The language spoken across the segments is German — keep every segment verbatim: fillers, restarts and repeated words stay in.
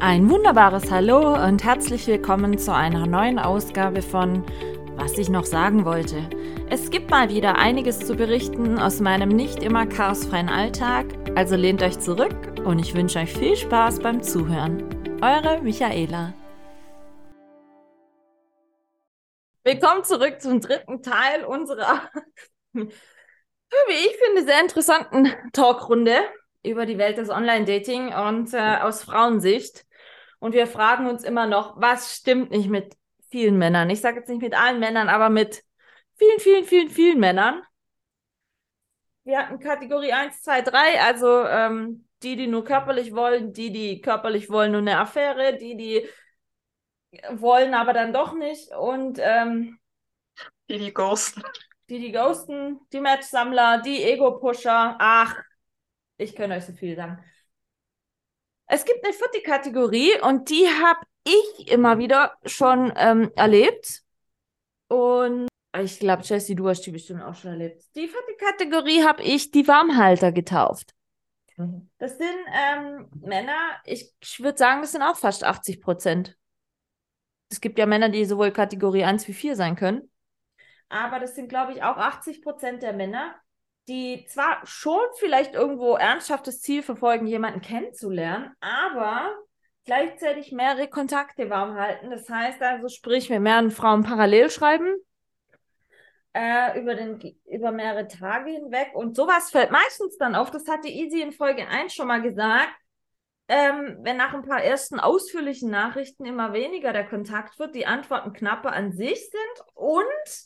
Ein wunderbares Hallo und herzlich willkommen zu einer neuen Ausgabe von Was ich noch sagen wollte. Es gibt mal wieder einiges zu berichten aus meinem nicht immer chaosfreien Alltag, also lehnt euch zurück und ich wünsche euch viel Spaß beim Zuhören. Eure Michaela. Willkommen zurück zum dritten Teil unserer, wie ich finde, sehr interessanten Talkrunde über die Welt des Online-Dating und äh, aus Frauensicht. Und wir fragen uns immer noch, was stimmt nicht mit vielen Männern? Ich sage jetzt nicht mit allen Männern, aber mit vielen, vielen, vielen, vielen Männern. Wir hatten Kategorie eins, zwei, drei, also ähm, die, die nur körperlich wollen, die, die körperlich wollen, nur eine Affäre, die, die wollen, aber dann doch nicht. Und ähm, Die, die ghosten. die, die ghosten, die Matchsammler, die Ego-Pusher. Ach, ich kann euch so viel sagen. Es gibt eine vierte Kategorie und die habe ich immer wieder schon ähm, erlebt. Und ich glaube, Jessie, du hast die bestimmt auch schon erlebt. Die vierte Kategorie habe ich die Warmhalter getauft. Mhm. Das sind ähm, Männer, ich, ich würde sagen, das sind auch fast achtzig Prozent. Es gibt ja Männer, die sowohl Kategorie eins wie vier sein können. Aber das sind, glaube ich, auch achtzig Prozent der Männer, die zwar schon vielleicht irgendwo ernsthaftes Ziel verfolgen, jemanden kennenzulernen, aber gleichzeitig mehrere Kontakte warm halten. Das heißt also, sprich, mit mehreren Frauen parallel schreiben, äh, über, den, über mehrere Tage hinweg. Und sowas fällt meistens dann auf. Das hatte Easy in Folge eins schon mal gesagt. Ähm, wenn nach ein paar ersten ausführlichen Nachrichten immer weniger der Kontakt wird, die Antworten knapper an sich sind und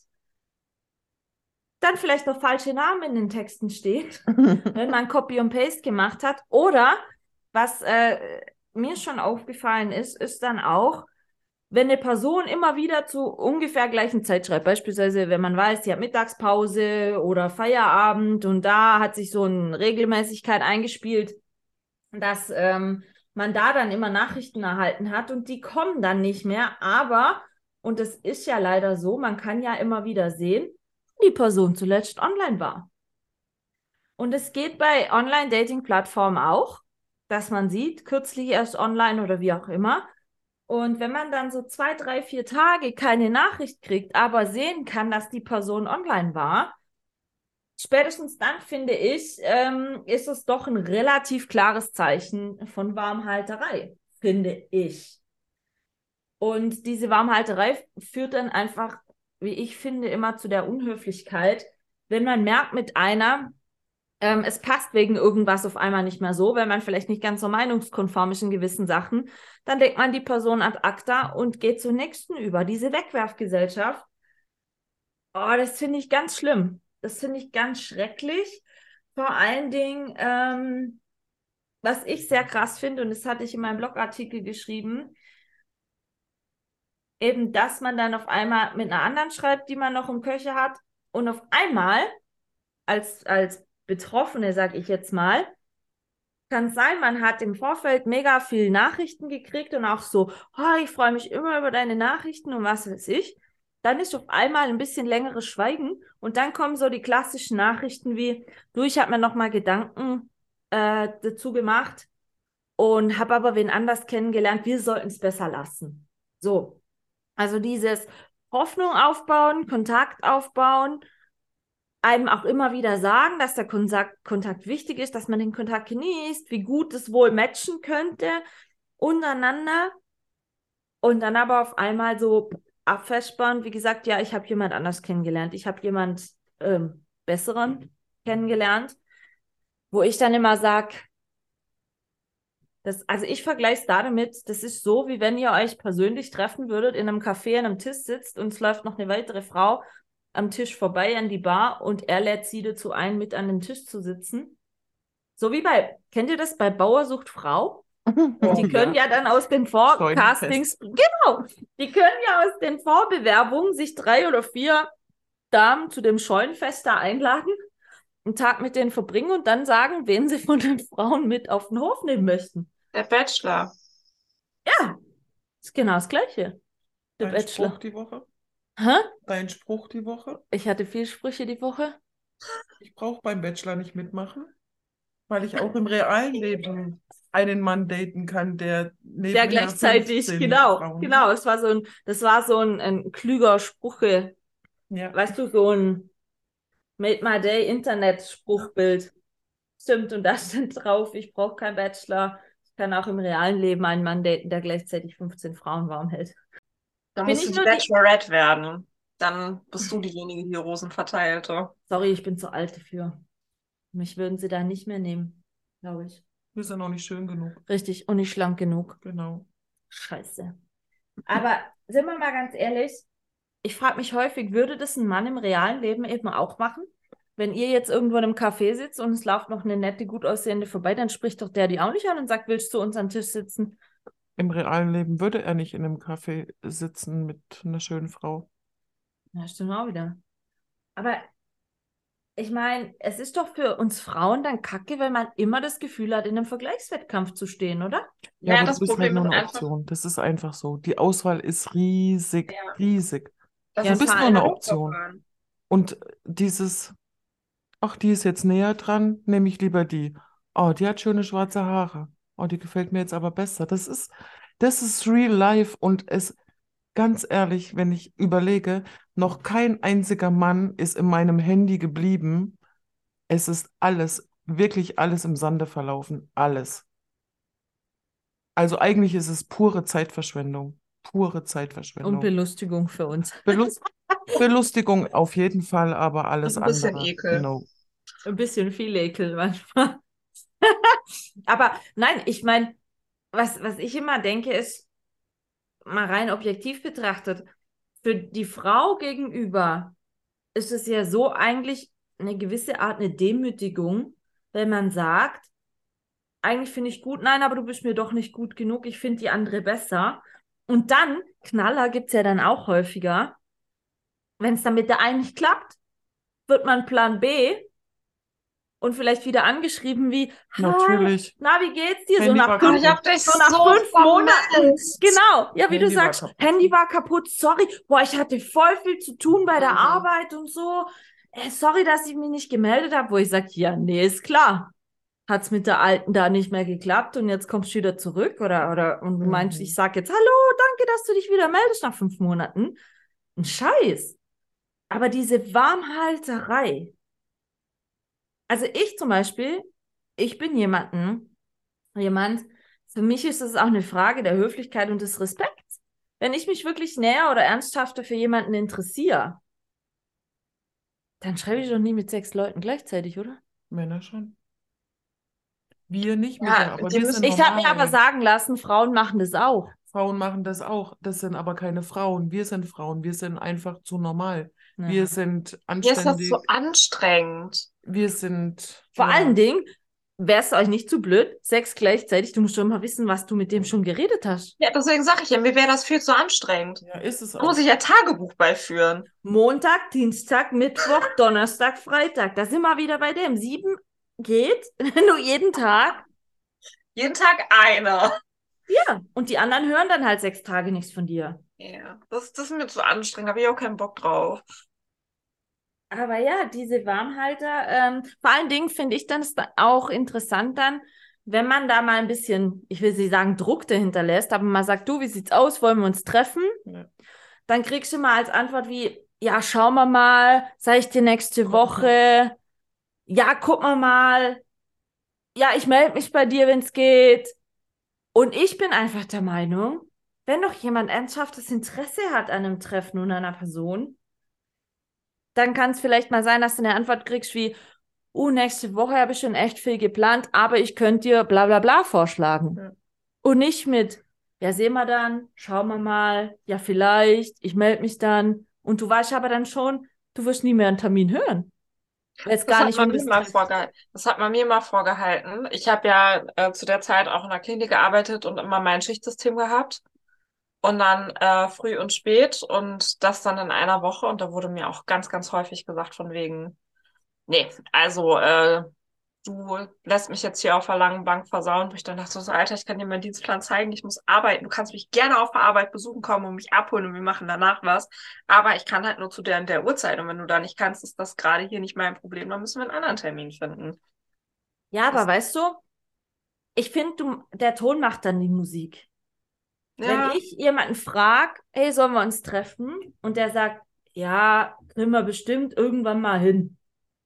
dann vielleicht noch falsche Namen in den Texten steht, wenn man Copy und Paste gemacht hat. Oder, was äh, mir schon aufgefallen ist, ist dann auch, wenn eine Person immer wieder zu ungefähr gleichen Zeit schreibt, beispielsweise wenn man weiß, die hat Mittagspause oder Feierabend und da hat sich so eine Regelmäßigkeit eingespielt, dass ähm, man da dann immer Nachrichten erhalten hat und die kommen dann nicht mehr, aber, und das ist ja leider so, man kann ja immer wieder sehen, die Person zuletzt online war. Und es geht bei Online-Dating-Plattformen auch, dass man sieht, kürzlich erst online oder wie auch immer. Und wenn man dann so zwei, drei, vier Tage keine Nachricht kriegt, aber sehen kann, dass die Person online war, spätestens dann, finde ich, ähm, ist es doch ein relativ klares Zeichen von Warmhalterei, finde ich. Und diese Warmhalterei führt dann einfach, wie ich finde, immer zu der Unhöflichkeit, wenn man merkt mit einer, ähm, es passt wegen irgendwas auf einmal nicht mehr so, wenn man vielleicht nicht ganz so meinungskonform ist in gewissen Sachen, dann denkt man die Person ad acta und geht zur nächsten über. Diese Wegwerfgesellschaft, oh, das finde ich ganz schlimm. Das finde ich ganz schrecklich. Vor allen Dingen, ähm, was ich sehr krass finde, und das hatte ich in meinem Blogartikel geschrieben, eben, dass man dann auf einmal mit einer anderen schreibt, die man noch im Köcher hat, und auf einmal als, als Betroffene, sag ich jetzt mal, kann sein, man hat im Vorfeld mega viel Nachrichten gekriegt und auch so, oh, ich freue mich immer über deine Nachrichten und was weiß ich. Dann ist auf einmal ein bisschen längeres Schweigen und dann kommen so die klassischen Nachrichten wie, du, ich habe mir nochmal Gedanken äh, dazu gemacht und habe aber wen anders kennengelernt, wir sollten es besser lassen. So, also dieses Hoffnung aufbauen, Kontakt aufbauen, einem auch immer wieder sagen, dass der Kontakt, Kontakt wichtig ist, dass man den Kontakt genießt, wie gut es wohl matchen könnte untereinander und dann aber auf einmal so abfespern, wie gesagt, ja, ich habe jemand anders kennengelernt, ich habe jemand ähm, Besseren kennengelernt, wo ich dann immer sage, das, also ich vergleiche es da damit, das ist so, wie wenn ihr euch persönlich treffen würdet, in einem Café an einem Tisch sitzt und es läuft noch eine weitere Frau am Tisch vorbei an die Bar und er lädt sie dazu ein, mit an den Tisch zu sitzen. So wie bei, kennt ihr das bei Bauer sucht Frau? Oh, Die können ja. ja dann aus den Vorcastings, genau, die können ja aus den Vorbewerbungen sich drei oder vier Damen zu dem Scheunenfest da einladen, einen Tag mit denen verbringen und dann sagen, wen sie von den Frauen mit auf den Hof nehmen möchten. Der Bachelor. Ja, ist genau das Gleiche. Der Dein Spruch Bachelor. die Woche? Hä? Dein Spruch die Woche? Ich hatte viel Sprüche die Woche. Ich brauche beim Bachelor nicht mitmachen, weil ich auch im realen Leben einen Mann daten kann, der Der nebenher gleichzeitig, fünfzehn genau, Frauen genau, hat. es war so ein, das war so ein, ein klüger Spruche, Ja. weißt du, so ein Made My Day Internet-Spruchbild. Stimmt, und da stand drauf, ich brauche keinen Bachelor, ich kann auch im realen Leben einen Mann daten, der gleichzeitig fünfzehn Frauen warm hält. Dann Bin musst du ich die nur die, Bachelorette werden. Dann bist du diejenige, die die Rosen verteilte. sorry, ich bin zu alt dafür. Mich würden sie da nicht mehr nehmen, glaube ich. Wir sind noch nicht schön genug. Richtig, und nicht schlank genug. Genau. Scheiße. Aber sind wir mal ganz ehrlich, ich frage mich häufig, würde das ein Mann im realen Leben eben auch machen? Wenn ihr jetzt irgendwo in einem Café sitzt und es läuft noch eine nette, gut aussehende vorbei, dann spricht doch der die auch nicht an und sagt, willst du uns an den Tisch sitzen? Im realen Leben würde er nicht in einem Café sitzen mit einer schönen Frau. Ja, stimmt auch wieder. Aber ich meine, es ist doch für uns Frauen dann kacke, weil man immer das Gefühl hat, in einem Vergleichswettkampf zu stehen, oder? Ja, Ja, aber du das bist halt Problem nur ist eine einfach, Option. Das ist einfach so. Die Auswahl ist riesig, ja, riesig. das Ja, Du und ist vor bist ein nur allem, eine K O-Verfahren. Option. Und dieses, ach, die ist jetzt näher dran, nehme ich lieber die. Oh, die hat schöne schwarze Haare. Oh, die gefällt mir jetzt aber besser. Das ist, das ist real life und es, ganz ehrlich, wenn ich überlege, noch kein einziger Mann ist in meinem Handy geblieben. Es ist alles, wirklich alles im Sande verlaufen. Alles. Also eigentlich ist es pure Zeitverschwendung. Pure und Zeitverschwendung. Belustigung für uns. Belust Belustigung auf jeden Fall, aber alles Und ein bisschen andere, Ekel. no. Ein bisschen viel Ekel manchmal. Aber nein, ich meine, was, was ich immer denke, ist, mal rein objektiv betrachtet, für die Frau gegenüber ist es ja so eigentlich eine gewisse Art eine Demütigung, wenn man sagt, eigentlich finde ich gut, nein, aber du bist mir doch nicht gut genug, ich finde die andere besser. Und dann, Knaller gibt es ja dann auch häufiger, wenn es dann mit der einen nicht klappt, wird man Plan B und vielleicht wieder angeschrieben wie, hi, Natürlich. na, wie geht's dir? So Handy nach war fünf, Oh, ich hab dich so so nach fünf Monaten. vermisst. Genau, ja, wie du Handy war sagst, kaputt. Handy war kaputt, sorry, boah, ich hatte voll viel zu tun bei der Mhm. Arbeit und so. Äh, sorry, dass ich mich nicht gemeldet habe, wo ich sage, ja, nee, ist klar. Hat's mit der Alten da nicht mehr geklappt und jetzt kommst du wieder zurück oder, oder und du meinst, Mhm. ich sag jetzt, hallo, danke, dass du dich wieder meldest nach fünf Monaten. Ein Scheiß. Aber diese Warmhalterei. Also ich zum Beispiel, ich bin jemanden, jemand, für mich ist es auch eine Frage der Höflichkeit und des Respekts. Wenn ich mich wirklich näher oder ernsthafter für jemanden interessiere, dann schreibe ich doch nie mit sechs Leuten gleichzeitig, oder? Männer schon. Wir nicht, Ja, Micha, aber die wir müssen- sind Ich habe mir normale. aber sagen lassen, Frauen machen das auch. Frauen machen das auch. Das sind aber keine Frauen. Wir sind Frauen. Wir sind einfach zu normal. Ja. Wir sind Mir ist das anständig. so anstrengend. Wir sind, Vor ja, allen Dingen, wäre es euch nicht zu blöd, sechs gleichzeitig, du musst doch immer wissen, was du mit dem schon geredet hast. Ja, deswegen sage ich ja, mir wäre das viel zu anstrengend. ja, ist es Da auch. muss ich ja Tagebuch beiführen. Montag, Dienstag, Mittwoch, Donnerstag, Freitag. Da sind wir wieder bei dem. Sieben geht, wenn du jeden Tag. Jeden Tag einer. Ja, und die anderen hören dann halt sechs Tage nichts von dir. Ja, das, das ist mir zu anstrengend, habe ich auch keinen Bock drauf. Aber ja, diese Warmhalter, ähm, vor allen Dingen finde ich dann es da auch interessant dann, wenn man da mal ein bisschen, ich will sie sagen, Druck dahinter lässt, aber man sagt, du, wie sieht's aus, wollen wir uns treffen? Ja. Dann kriegst du mal als Antwort wie, ja, schauen wir mal, sag ich dir nächste Woche, ja, guck mal mal, ja, ich melde mich bei dir, wenn es geht. Und ich bin einfach der Meinung, wenn doch jemand ernsthaftes Interesse hat an einem Treffen und einer Person, dann kann es vielleicht mal sein, dass du eine Antwort kriegst wie, uh, nächste Woche habe ich schon echt viel geplant, aber ich könnte dir bla bla bla vorschlagen. Ja. Und nicht mit, ja, sehen wir dann, schauen wir mal, ja, vielleicht, ich melde mich dann. Und du weißt aber dann schon, du wirst nie mehr einen Termin hören. Weil es Das gar hat nicht man um mir das mal trifft. vorgehalten. Das hat man mir mal vorgehalten. Ich habe ja äh, zu der Zeit auch in der Klinik gearbeitet und immer mein Schichtsystem gehabt. Und dann äh, früh und spät und das dann in einer Woche. Und da wurde mir auch ganz, ganz häufig gesagt von wegen, nee, also äh, du lässt mich jetzt hier auf der langen Bank versauen. Wo ich dann dachte so, Alter, ich kann dir meinen Dienstplan zeigen, ich muss arbeiten. Du kannst mich gerne auf der Arbeit besuchen kommen und mich abholen und wir machen danach was. Aber ich kann halt nur zu der und der Uhrzeit. Und wenn du da nicht kannst, ist das gerade hier nicht mein Problem. Dann müssen wir einen anderen Termin finden. Ja, aber Das- weißt du, ich finde, der Ton macht dann die Musik. Wenn Ja, ich jemanden frage, hey, sollen wir uns treffen? Und der sagt, ja, kriegen wir bestimmt irgendwann mal hin.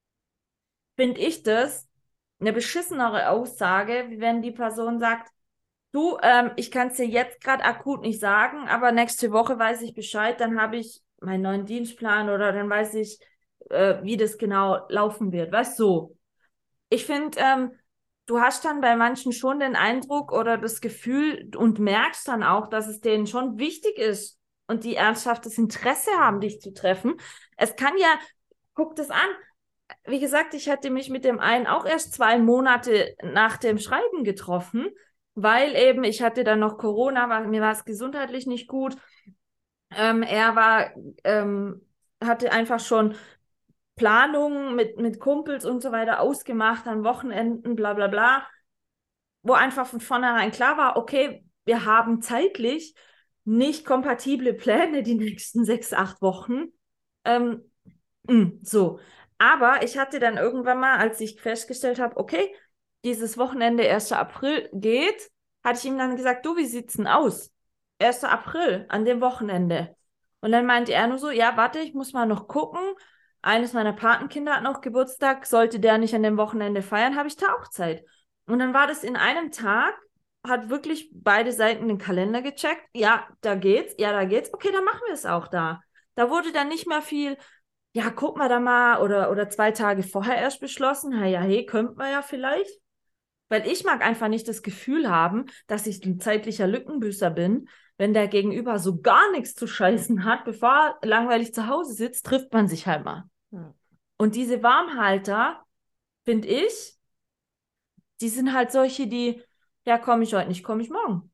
Finde ich das eine beschissenere Aussage, wie wenn die Person sagt, du, ähm, ich kann es dir jetzt gerade akut nicht sagen, aber nächste Woche weiß ich Bescheid, dann habe ich meinen neuen Dienstplan oder dann weiß ich, äh, wie das genau laufen wird. Weißt du? So. Ich finde, ähm, du hast dann bei manchen schon den Eindruck oder das Gefühl und merkst dann auch, dass es denen schon wichtig ist und die ernsthaftes Interesse haben, dich zu treffen. Es kann ja, guck das an. Wie gesagt, ich hatte mich mit dem einen auch erst zwei Monate nach dem Schreiben getroffen, weil eben ich hatte dann noch Corona, war, mir war es gesundheitlich nicht gut. Ähm, er war, ähm, hatte einfach schon Planungen mit, mit Kumpels und so weiter ausgemacht an Wochenenden, bla bla bla, wo einfach von vornherein klar war, okay, wir haben zeitlich nicht kompatible Pläne die nächsten sechs, acht Wochen. Ähm, mh, so. Aber ich hatte dann irgendwann mal, als ich festgestellt habe, okay, dieses Wochenende erster April geht, hatte ich ihm dann gesagt, du, wie sieht's denn aus? erster April, an dem Wochenende. Und dann meinte er nur so, ja, warte, ich muss mal noch gucken. Eines meiner Patenkinder hat noch Geburtstag. Sollte der nicht an dem Wochenende feiern, habe ich da auch Zeit. Und dann war das in einem Tag, hat wirklich beide Seiten den Kalender gecheckt. Ja, da geht's. Ja, da geht's. Okay, dann machen wir es auch da. Da wurde dann nicht mehr viel, ja, guck mal da mal, oder, oder zwei Tage vorher erst beschlossen. Ja, ja, hey, könnte man ja vielleicht. Weil ich mag einfach nicht das Gefühl haben, dass ich ein zeitlicher Lückenbüßer bin. Wenn der Gegenüber so gar nichts zu scheißen hat, bevor er langweilig zu Hause sitzt, trifft man sich halt mal. Ja. Und diese Warmhalter, finde ich, die sind halt solche, die, ja, komme ich heute nicht, komme ich morgen.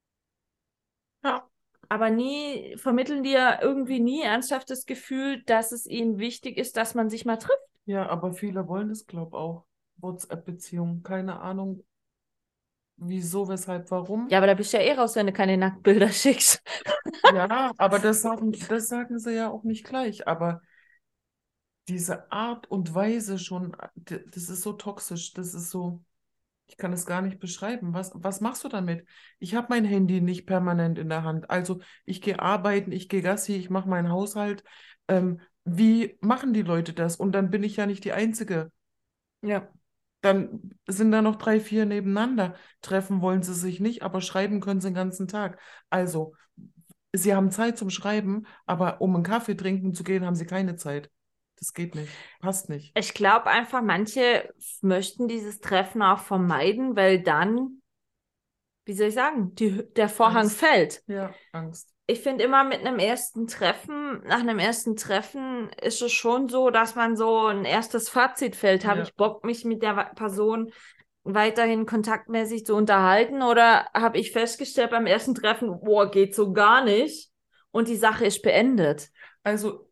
ja. Aber nie vermitteln dir irgendwie nie ernsthaft das Gefühl, dass es ihnen wichtig ist, dass man sich mal trifft. Ja, aber viele wollen das, glaube ich, auch. WhatsApp-Beziehung, keine Ahnung, wieso, weshalb, warum. Ja, aber da bist du ja eh raus, wenn du keine Nacktbilder schickst. Ja, aber das sagen, das sagen sie ja auch nicht gleich. Aber diese Art und Weise schon, d- das ist so toxisch, das ist so, ich kann es gar nicht beschreiben. Was, was machst du damit? Ich habe mein Handy nicht permanent in der Hand. Also ich gehe arbeiten, ich gehe Gassi, ich mache meinen Haushalt. Ähm, wie machen die Leute das? Und dann bin ich ja nicht die Einzige. Ja. Dann sind da noch drei, vier nebeneinander. Treffen wollen sie sich nicht, aber schreiben können sie den ganzen Tag. Also, sie haben Zeit zum Schreiben, aber um einen Kaffee trinken zu gehen, haben sie keine Zeit. Das geht nicht. Passt nicht. Ich glaube einfach, manche möchten dieses Treffen auch vermeiden, weil dann, wie soll ich sagen, die, der Vorhang Angst. fällt. Ja, Angst. Ich finde immer mit einem ersten Treffen, nach einem ersten Treffen ist es schon so, dass man so ein erstes Fazit fällt. Habe Ja. ich Bock, mich mit der Wa- Person weiterhin kontaktmäßig zu unterhalten oder habe ich festgestellt beim ersten Treffen, boah, geht so gar nicht und die Sache ist beendet. Also,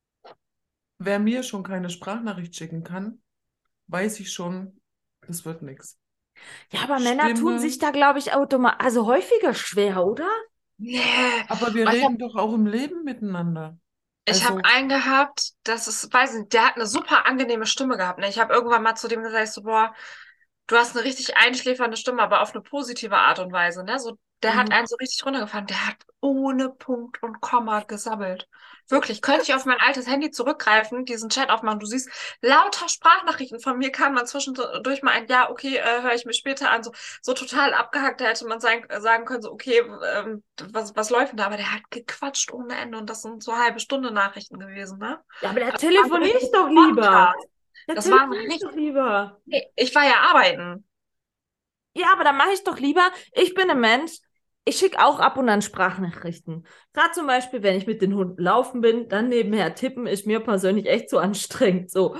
wer mir schon keine Sprachnachricht schicken kann, weiß ich schon, das wird nichts. Ja, aber Männer tun Stimme, sich da, glaube ich, automatisch, also häufiger schwer, oder? Nee. aber wir Oh, ich habe reden doch auch im Leben miteinander. ich hab Also, einen gehabt, das ist, weiß nicht, der hat eine super angenehme Stimme gehabt. Ne? Ich habe irgendwann mal zu dem gesagt, ich so, boah, du hast eine richtig einschläfernde Stimme, aber auf eine positive Art und Weise, ne? So, der hat Mhm. einen so richtig runtergefahren. Der hat ohne Punkt und Komma gesabbelt. Wirklich, könnte ich auf mein altes Handy zurückgreifen, diesen Chat aufmachen. Du siehst, lauter Sprachnachrichten von mir kamen dann zwischendurch mal ein, ja, okay, äh, höre ich mir später an. So, so total abgehackt, da hätte man sein, sagen können, so, okay, ähm, was, was läuft denn da? Aber der hat gequatscht ohne Ende und das sind so halbe Stunde Nachrichten gewesen, ne? Ja, aber da Das war so telefoniere richtig ich doch lieber. Podcast. Da Das war ein telefoniere ich richtig, doch lieber. nee, ich war ja arbeiten. Ja, aber dann mache ich doch lieber, ich bin ein Mensch, ich schicke auch ab und an Sprachnachrichten. Gerade zum Beispiel, wenn ich mit den Hunden laufen bin, dann nebenher tippen, ist mir persönlich echt zu anstrengend. So.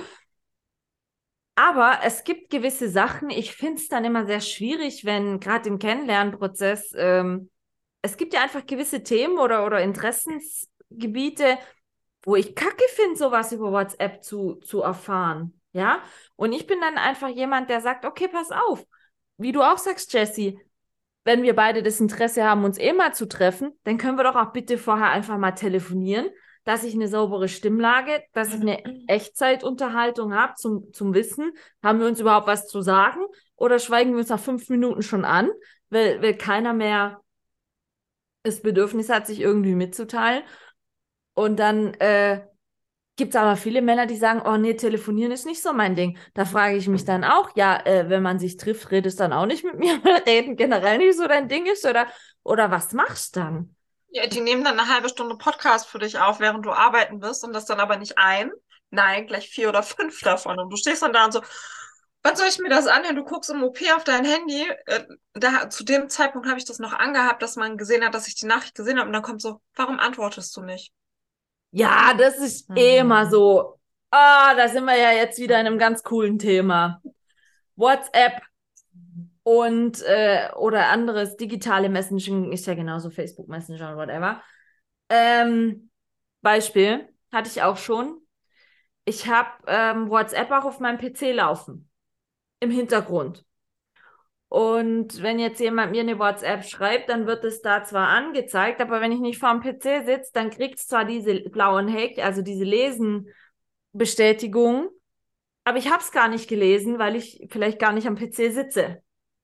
Aber es gibt gewisse Sachen, ich finde es dann immer sehr schwierig, wenn gerade im Kennenlernprozess, ähm, es gibt ja einfach gewisse Themen oder, oder Interessensgebiete, wo ich kacke finde, sowas über WhatsApp zu, zu erfahren. Ja? Und ich bin dann einfach jemand, der sagt, okay, pass auf. Wie du auch sagst, Jessie, wenn wir beide das Interesse haben, uns eh mal zu treffen, dann können wir doch auch bitte vorher einfach mal telefonieren. dass ich eine saubere Stimmlage, dass ich eine Echtzeitunterhaltung habe zum, zum Wissen, haben wir uns überhaupt was zu sagen oder schweigen wir uns nach fünf Minuten schon an, weil, weil keiner mehr das Bedürfnis hat, sich irgendwie mitzuteilen. Und dann äh, gibt es aber viele Männer, die sagen, oh nee, telefonieren ist nicht so mein Ding. Da frage ich mich dann auch, ja, äh, wenn man sich trifft, redest dann auch nicht mit mir, weil Reden generell nicht so dein Ding ist oder, oder was machst du dann? Ja, die nehmen dann eine halbe Stunde Podcast für dich auf, während du arbeiten bist und das dann aber nicht ein. Nein, gleich vier oder fünf davon. Und du stehst dann da und so, wann soll ich mir das anhören? Du guckst im O P auf dein Handy. Äh, da, zu dem Zeitpunkt habe ich das noch angehabt, dass man gesehen hat, dass ich die Nachricht gesehen habe. Und dann kommt so, warum antwortest du nicht? Ja, das ist eh immer so. Ah, da sind wir ja jetzt wieder in einem ganz coolen Thema. WhatsApp und äh, oder anderes digitale Messaging ist ja genauso Facebook Messenger oder whatever. Ähm, Beispiel hatte ich auch schon. Ich habe ähm, WhatsApp auch auf meinem P C laufen im Hintergrund. Und wenn jetzt jemand mir eine WhatsApp schreibt, dann wird es da zwar angezeigt, aber wenn ich nicht vor dem P C sitze, dann kriegt es zwar diese blauen Häkchen, also diese Lesen-Bestätigung, aber ich habe es gar nicht gelesen, weil ich vielleicht gar nicht am P C sitze.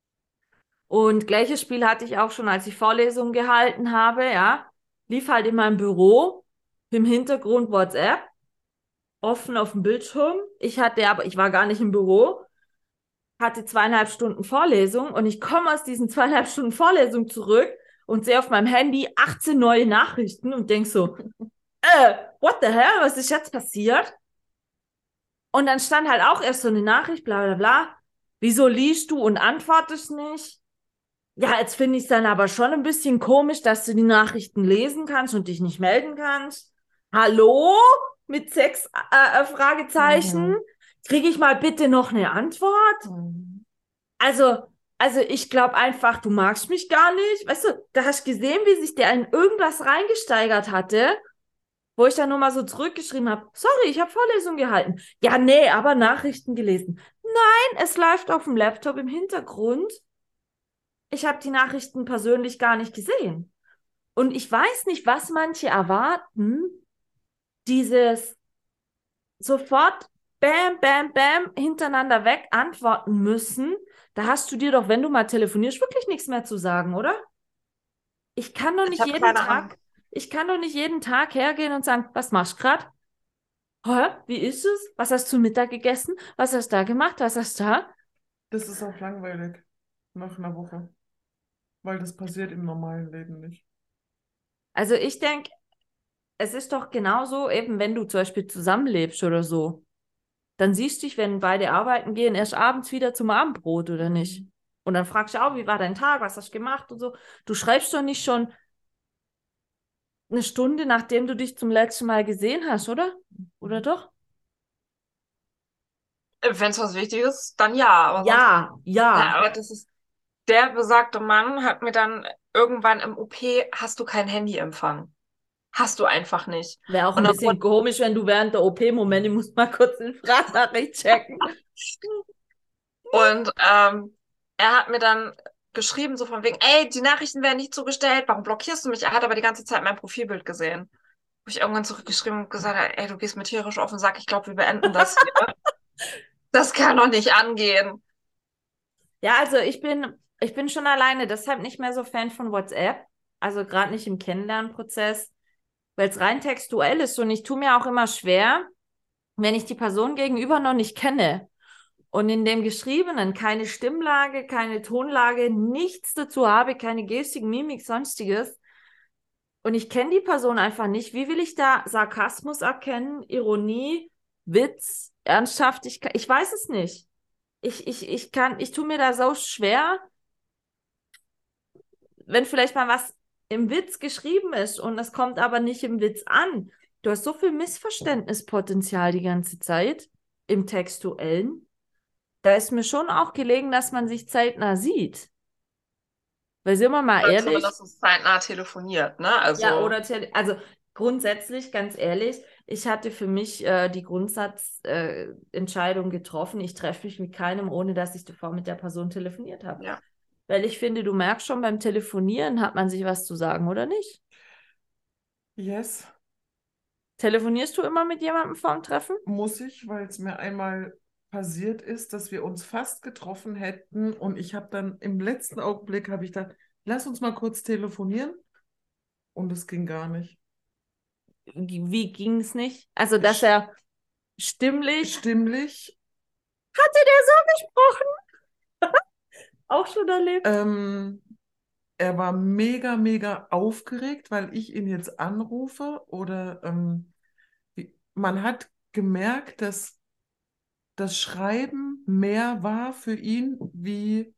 Und gleiches Spiel hatte ich auch schon, als ich Vorlesungen gehalten habe, ja. Lief halt in meinem Büro, im Hintergrund WhatsApp, offen auf dem Bildschirm. Ich hatte aber, ich war gar nicht im Büro, hatte zweieinhalb Stunden Vorlesung und ich komme aus diesen zweieinhalb Stunden Vorlesung zurück und sehe auf meinem Handy achtzehn neue Nachrichten und denk so, äh, what the hell, was ist jetzt passiert? Und dann stand halt auch erst so eine Nachricht, bla bla bla. Wieso liest du und antwortest nicht? Ja, jetzt finde ich es dann aber schon ein bisschen komisch, dass du die Nachrichten lesen kannst und dich nicht melden kannst. Hallo? Mit sechs äh, Fragezeichen? Mhm. Kriege ich mal bitte noch eine Antwort? Mhm. Also, also ich glaube einfach, du magst mich gar nicht. Weißt du, da hast du gesehen, wie sich der in irgendwas reingesteigert hatte, wo ich dann nur mal so zurückgeschrieben habe, sorry, ich habe Vorlesung gehalten. Ja, nee, aber Nachrichten gelesen. Nein, es läuft auf dem Laptop im Hintergrund. Ich habe die Nachrichten persönlich gar nicht gesehen. Und ich weiß nicht, was manche erwarten, dieses sofort bam, bam, bam hintereinander weg antworten müssen. Da hast du dir doch, wenn du mal telefonierst, wirklich nichts mehr zu sagen, oder? Ich kann doch Ich nicht habe jeden keine Ahnung. Tag, ich kann doch nicht jeden Tag hergehen und sagen, was machst du gerade? Hä? Wie ist es? Was hast du Mittag gegessen? Was hast du da gemacht? Was hast du da? Das ist auch langweilig nach einer Woche, weil das passiert im normalen Leben nicht. Also ich denke, es ist doch genauso, eben wenn du zum Beispiel zusammenlebst oder so, dann siehst du dich, wenn beide arbeiten gehen, erst abends wieder zum Abendbrot oder nicht. Und dann fragst du auch, wie war dein Tag, was hast du gemacht und so. Du schreibst doch nicht schon eine Stunde, nachdem du dich zum letzten Mal gesehen hast, oder? Oder doch? Wenn es was Wichtiges ist, dann ja. Aber sonst, Ja, ja, ja. aber das ist, der besagte Mann hat mir dann irgendwann im O P, hast du kein Handyempfang. Hast du einfach nicht. Wäre auch Und ein dann bisschen komisch, wenn du während der O P, Moment, ich muss mal kurz den Sprachnachricht checken. Und ähm, er hat mir dann geschrieben, so von wegen, ey, die Nachrichten werden nicht zugestellt, warum blockierst du mich? Er hat aber die ganze Zeit mein Profilbild gesehen. Wo ich irgendwann zurückgeschrieben und gesagt habe, ey, du gehst mir tierisch auf den Sack, ich glaube, wir beenden das hier. Das kann doch nicht angehen. Ja, also ich bin, ich bin schon alleine, deshalb nicht mehr so Fan von WhatsApp. Also gerade nicht im Kennenlernprozess, weil es rein textuell ist und ich tue mir auch immer schwer, wenn ich die Person gegenüber noch nicht kenne und in dem Geschriebenen keine Stimmlage, keine Tonlage, nichts dazu habe, keine Gestik, Mimik, sonstiges und ich kenne die Person einfach nicht, wie will ich da Sarkasmus erkennen, Ironie, Witz, Ernsthaftigkeit? Ich weiß es nicht. Ich, ich, ich kann, ich tue mir da so schwer, wenn vielleicht mal was im Witz geschrieben ist und es kommt aber nicht im Witz an. Du hast so viel Missverständnispotenzial die ganze Zeit im Textuellen. Da ist mir schon auch gelegen, dass man sich zeitnah sieht. Weil sind wir mal Oder ehrlich, zumindest zeitnah telefoniert, ne? ja, Also, oder tele- also grundsätzlich, ganz ehrlich, ich hatte für mich äh, die Grundsatzentscheidung äh, Entscheidung getroffen, ich treffe mich mit keinem, ohne dass ich davor mit der Person telefoniert habe. ja. Weil ich finde, du merkst schon, beim Telefonieren hat man sich was zu sagen, oder nicht? Yes. Telefonierst du immer mit jemandem vorm Treffen? Muss ich, weil es mir einmal passiert ist, dass wir uns fast getroffen hätten und ich habe dann im letzten Augenblick habe ich gedacht, lass uns mal kurz telefonieren und es ging gar nicht. Wie, wie ging es nicht? Also, dass er stimmlich... Stimmlich, Hatte der so gesprochen? Auch schon erlebt? ähm, er war mega, mega aufgeregt, weil ich ihn jetzt anrufe oder ähm, wie- man hat gemerkt, dass das Schreiben mehr war für ihn, wie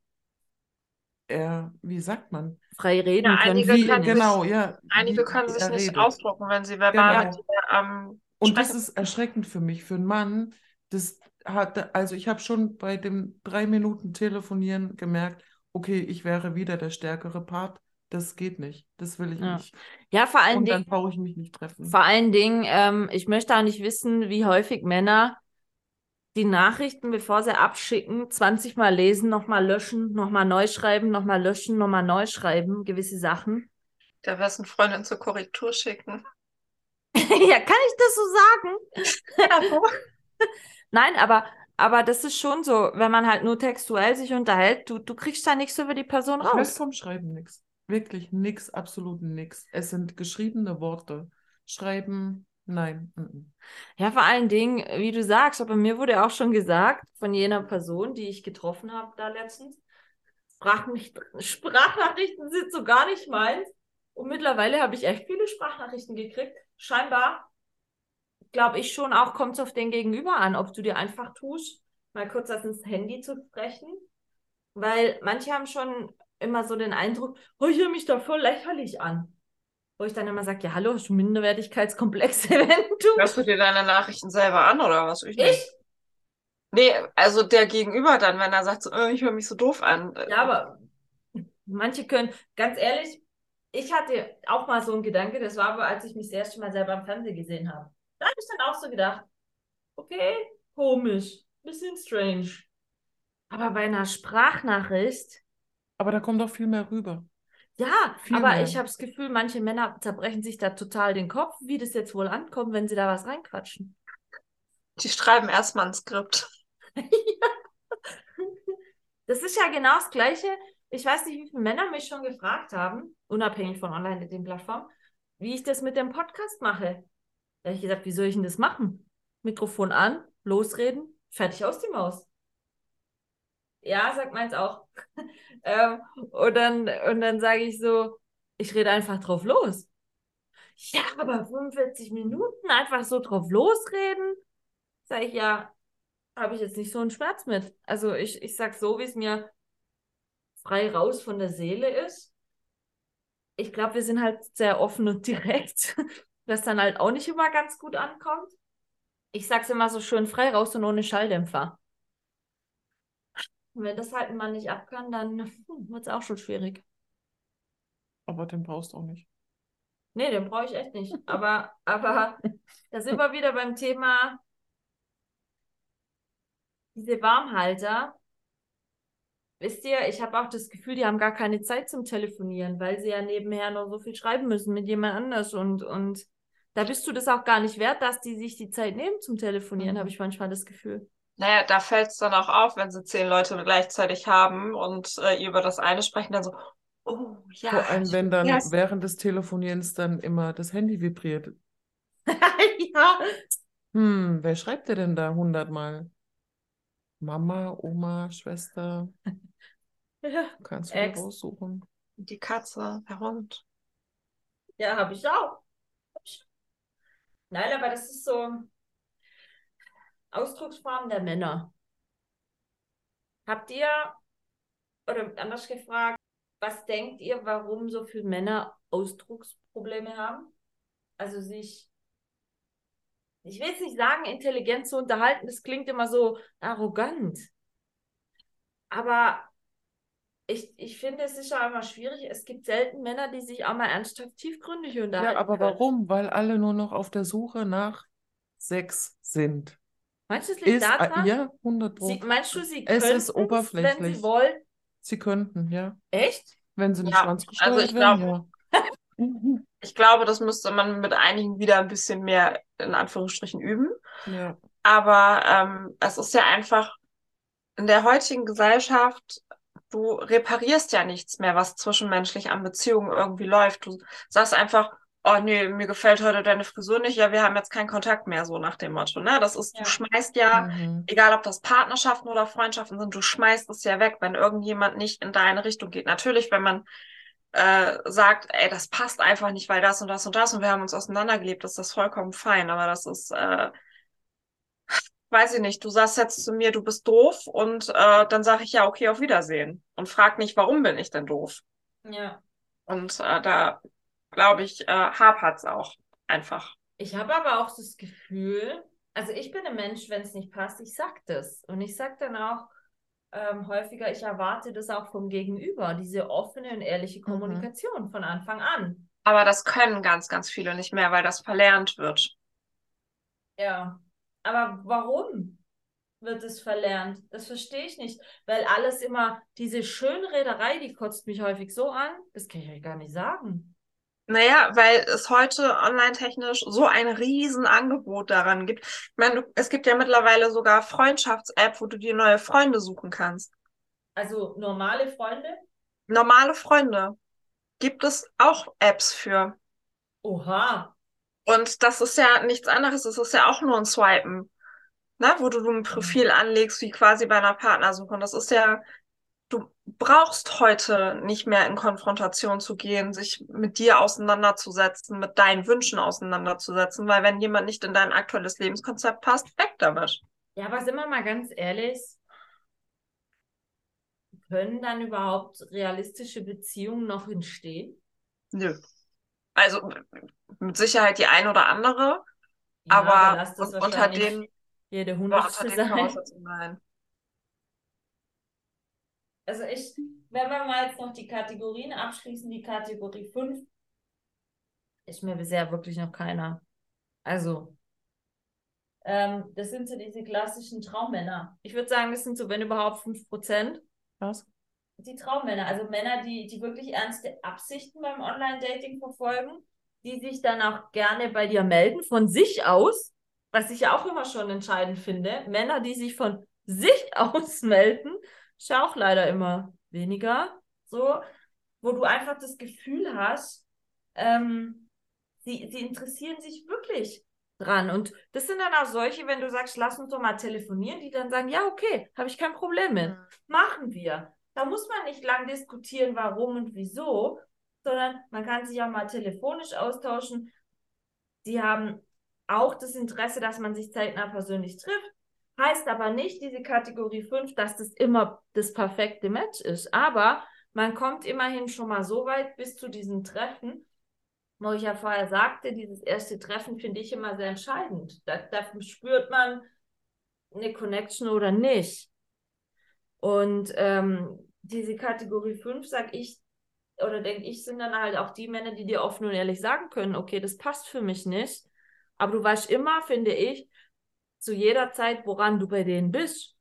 er, wie sagt man? Frei Ja, reden können. einige Wie, können sich, genau, ja, einige wie, können wie sich er nicht redet. ausdrucken, wenn sie verbal mit Genau. dir ähm, Und das sprechen. ist erschreckend für mich, für einen Mann. Das hat, also ich habe schon bei dem drei Minuten Telefonieren gemerkt, okay, ich wäre wieder der stärkere Part. Das geht nicht. Das will ich Ja. nicht. Ja, vor allen Und dann Dingen, brauche ich mich nicht treffen. vor allen Dingen, ähm, ich möchte auch nicht wissen, wie häufig Männer die Nachrichten, bevor sie abschicken, zwanzig Mal lesen, nochmal löschen, nochmal neu schreiben, nochmal löschen, nochmal neu schreiben, gewisse Sachen. Der besten Freundin zur Korrektur schicken. Ja, kann ich das so sagen? Ja, so. Nein, aber, aber das ist schon so, wenn man halt nur textuell sich unterhält, du, du kriegst da nichts über die Person Ich weiß raus. vom Schreiben nichts. Wirklich nichts, absolut nichts. Es sind geschriebene Worte. Schreiben, nein. Mm-mm. Ja, vor allen Dingen, wie du sagst, aber mir wurde auch schon gesagt von jener Person, die ich getroffen habe da letztens, Sprachnach Sprachnachrichten sind so gar nicht meins. Und mittlerweile habe ich echt viele Sprachnachrichten gekriegt. Scheinbar, glaube ich schon auch, kommt es auf den Gegenüber an, ob du dir einfach tust, mal kurz das ins Handy zu sprechen. Weil manche haben schon immer so den Eindruck, oh, ich höre mich da voll lächerlich an. Wo ich dann immer sage, ja, hallo, hast du Minderwertigkeitskomplexe, wenn du... Hörst du dir deine Nachrichten selber an oder was? Ich nicht. Ich? Nee, also der Gegenüber dann, wenn er sagt, so, äh, ich höre mich so doof an. Ja, aber manche können, ganz ehrlich, ich hatte auch mal so einen Gedanke, das war aber, als ich mich das erste Mal selber im Fernsehen gesehen habe. Da habe ich dann auch so gedacht, okay, komisch, bisschen strange. Aber bei einer Sprachnachricht, Aber da kommt auch viel mehr rüber. ja, Viel aber mehr. ich habe das Gefühl, manche Männer zerbrechen sich da total den Kopf, wie das jetzt wohl ankommt, wenn sie da was reinquatschen. Die schreiben erstmal ein Skript. Das ist ja genau das Gleiche. Ich weiß nicht, wie viele Männer mich schon gefragt haben, unabhängig von Online-Dating-Plattformen, wie ich das mit dem Podcast mache. Da habe ich gesagt, wie soll ich denn das machen? Mikrofon an, losreden, fertig aus die Maus. Ja, sagt meins auch. ähm, und dann, und dann sage ich so, ich rede einfach drauf los. Ja, aber fünfundvierzig Minuten einfach so drauf losreden? Sage ich, ja, habe ich jetzt nicht so einen Schmerz mit. Also ich, ich sag so, wie es mir frei raus von der Seele ist. Ich glaube, wir sind halt sehr offen und direkt, was dann halt auch nicht immer ganz gut ankommt. Ich sag's immer so schön, frei raus und ohne Schalldämpfer. Und wenn das halt ein Mann nicht ab kann, dann hm, wird's auch schon schwierig. Aber den brauchst du auch nicht. Nee, den brauche ich echt nicht. Aber, aber da sind wir wieder beim Thema, diese Warmhalter. Wisst ihr, ich habe auch das Gefühl, die haben gar keine Zeit zum Telefonieren, weil sie ja nebenher noch so viel schreiben müssen mit jemand anders. Und, und da bist du das auch gar nicht wert, dass die sich die Zeit nehmen zum Telefonieren, Mhm. habe ich manchmal das Gefühl. Naja, da fällt es dann auch auf, wenn sie zehn Leute gleichzeitig haben und äh, ihr über das eine sprechen, dann so, oh ja, Vor allem, ich wenn dann vergesse. während des Telefonierens dann immer das Handy vibriert. Ja. Hm, wer schreibt dir denn da hundertmal? Mama, Oma, Schwester? Ja, Kannst du dir Ex. raussuchen. Die Katze, der Hund. Ja, habe ich auch. Hab ich. Nein, aber das ist so Ausdrucksform der Männer. Habt ihr, oder anders gefragt, was denkt ihr, warum so viele Männer Ausdrucksprobleme haben? Also sich, ich will jetzt nicht sagen, intelligent zu unterhalten, das klingt immer so arrogant. Aber ich, ich finde, es ist ja immer schwierig. Es gibt selten Männer, die sich auch mal ernsthaft tiefgründig unterhalten Ja, aber können. warum? Weil alle nur noch auf der Suche nach Sex sind. Meinst du, es liegt Ist, äh, daran? ja, hundert Sie, Pro. meinst du, sie Es könnten ist es, wenn oberflächlich. sie wollen? Sie könnten, ja. Echt? Wenn sie nicht Ja, schwanzgesteuert also ich wären, glaube, ja. Ich glaube, das müsste man mit einigen wieder ein bisschen mehr in Anführungsstrichen üben. Ja. Aber ähm, es ist ja einfach in der heutigen Gesellschaft, du reparierst ja nichts mehr, was zwischenmenschlich an Beziehungen irgendwie läuft. Du sagst einfach, oh nee, mir gefällt heute deine Frisur nicht, ja, wir haben jetzt keinen Kontakt mehr, so nach dem Motto, ne? Das ist, du Ja. schmeißt ja, Mhm. egal ob das Partnerschaften oder Freundschaften sind, du schmeißt es ja weg, wenn irgendjemand nicht in deine Richtung geht. Natürlich, wenn man äh, sagt, ey, das passt einfach nicht, weil das und das und das und wir haben uns auseinandergelebt, ist das vollkommen fein. Aber das ist, äh, weiß ich nicht, du sagst jetzt zu mir, du bist doof und äh, dann sage ich ja, okay, auf Wiedersehen. Und frag nicht, warum bin ich denn doof? Ja. Und äh, da, glaube ich, äh, hapert's auch einfach. Ich habe aber auch das Gefühl, also ich bin ein Mensch, wenn es nicht passt, ich sag das. Und ich sag dann auch ähm, häufiger, ich erwarte das auch vom Gegenüber, diese offene und ehrliche Mhm. Kommunikation von Anfang an. Aber das können ganz, ganz viele nicht mehr, weil das verlernt wird. Ja. Aber warum wird es verlernt? Das verstehe ich nicht. Weil alles immer, diese Schönrederei, die kotzt mich häufig so an, das kann ich euch gar nicht sagen. Naja, weil es heute online-technisch so ein Riesenangebot daran gibt. Ich meine, du, es gibt ja mittlerweile sogar Freundschafts-App, wo du dir neue Freunde suchen kannst. Also normale Freunde, Normale Freunde gibt es auch Apps für. oha. Und das ist ja nichts anderes. Es ist ja auch nur ein Swipen, ne? Wo du ein Ja. Profil anlegst, wie quasi bei einer Partnersuche. Und das ist ja, du brauchst heute nicht mehr in Konfrontation zu gehen, sich mit dir auseinanderzusetzen, mit deinen Wünschen auseinanderzusetzen, weil wenn jemand nicht in dein aktuelles Lebenskonzept passt, weg damit. Ja, aber sind wir mal ganz ehrlich, können dann überhaupt realistische Beziehungen noch entstehen? Nö. Also mit Sicherheit die ein oder andere, Ja, aber aber lass das un unter wahrscheinlich den, jede aber unter Hundertste den sein. Voraussetzungen nein. Also ich, wenn wir mal jetzt noch die Kategorien abschließen, die Kategorie fünf ist mir bisher wirklich noch keiner. Also, ähm, das sind so diese klassischen Traummänner. Ich würde sagen, das sind so, wenn überhaupt, fünf Prozent. Was? Die Traummänner, also Männer, die, die wirklich ernste Absichten beim Online-Dating verfolgen, die sich dann auch gerne bei dir melden, von sich aus, was ich ja auch immer schon entscheidend finde. Männer, die sich von sich aus melden, ist ja auch leider immer weniger so, wo du einfach das Gefühl hast, ähm, sie, sie interessieren sich wirklich dran. Und das sind dann auch solche, wenn du sagst, lass uns doch mal telefonieren, die dann sagen, ja, okay, habe ich kein Problem mit. Mhm. Machen wir. Da muss man nicht lang diskutieren, warum und wieso, sondern man kann sich auch mal telefonisch austauschen. Die haben auch das Interesse, dass man sich zeitnah persönlich trifft. Heißt aber nicht, diese Kategorie fünf, dass das immer das perfekte Match ist. Aber man kommt immerhin schon mal so weit bis zu diesem Treffen, wo ich ja vorher sagte, dieses erste Treffen finde ich immer sehr entscheidend. Da, da spürt man eine Connection oder nicht. Und ähm, diese Kategorie fünf, sag ich, oder denke ich, sind dann halt auch die Männer, die dir offen und ehrlich sagen können, okay, das passt für mich nicht. Aber du weißt immer, finde ich, zu jeder Zeit, woran du bei denen bist.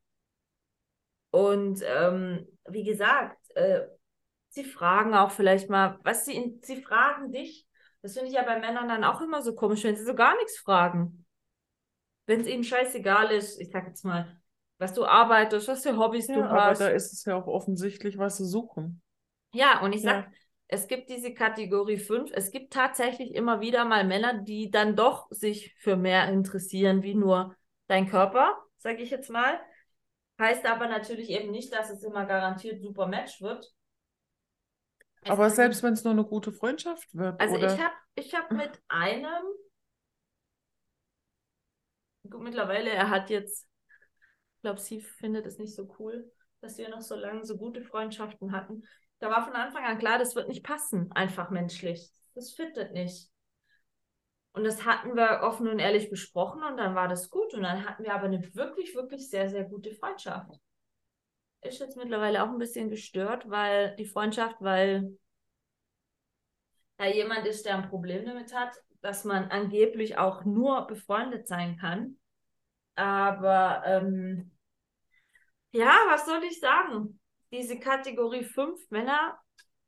Und ähm, wie gesagt, äh, sie fragen auch vielleicht mal, was sie, sie fragen dich. Das finde ich ja bei Männern dann auch immer so komisch, wenn sie so gar nichts fragen. Wenn es ihnen scheißegal ist, ich sag jetzt mal, was du arbeitest, was für Hobbys Ja, du aber da hast. ist es ja auch offensichtlich, was sie suchen. Ja, und ich sag, Ja. es gibt diese Kategorie fünf. Es gibt tatsächlich immer wieder mal Männer, die dann doch sich für mehr interessieren, wie nur dein Körper, sag ich jetzt mal. Heißt aber natürlich eben nicht, dass es immer garantiert super Match wird. Es Aber kann, selbst wenn es nur eine gute Freundschaft wird, also ich oder? habe ich hab mit einem, gut, mittlerweile, er hat jetzt, ich glaube, sie findet es nicht so cool, dass wir noch so lange so gute Freundschaften hatten. Da war von Anfang an klar, das wird nicht passen, einfach menschlich. Das fittet nicht. Und das hatten wir offen und ehrlich besprochen und dann war das gut. Und dann hatten wir aber eine wirklich, wirklich sehr, sehr gute Freundschaft. Ist jetzt mittlerweile auch ein bisschen gestört, weil die Freundschaft, weil da jemand ist, der ein Problem damit hat, dass man angeblich auch nur befreundet sein kann. Aber ähm, ja, was soll ich sagen? Diese Kategorie fünf Männer,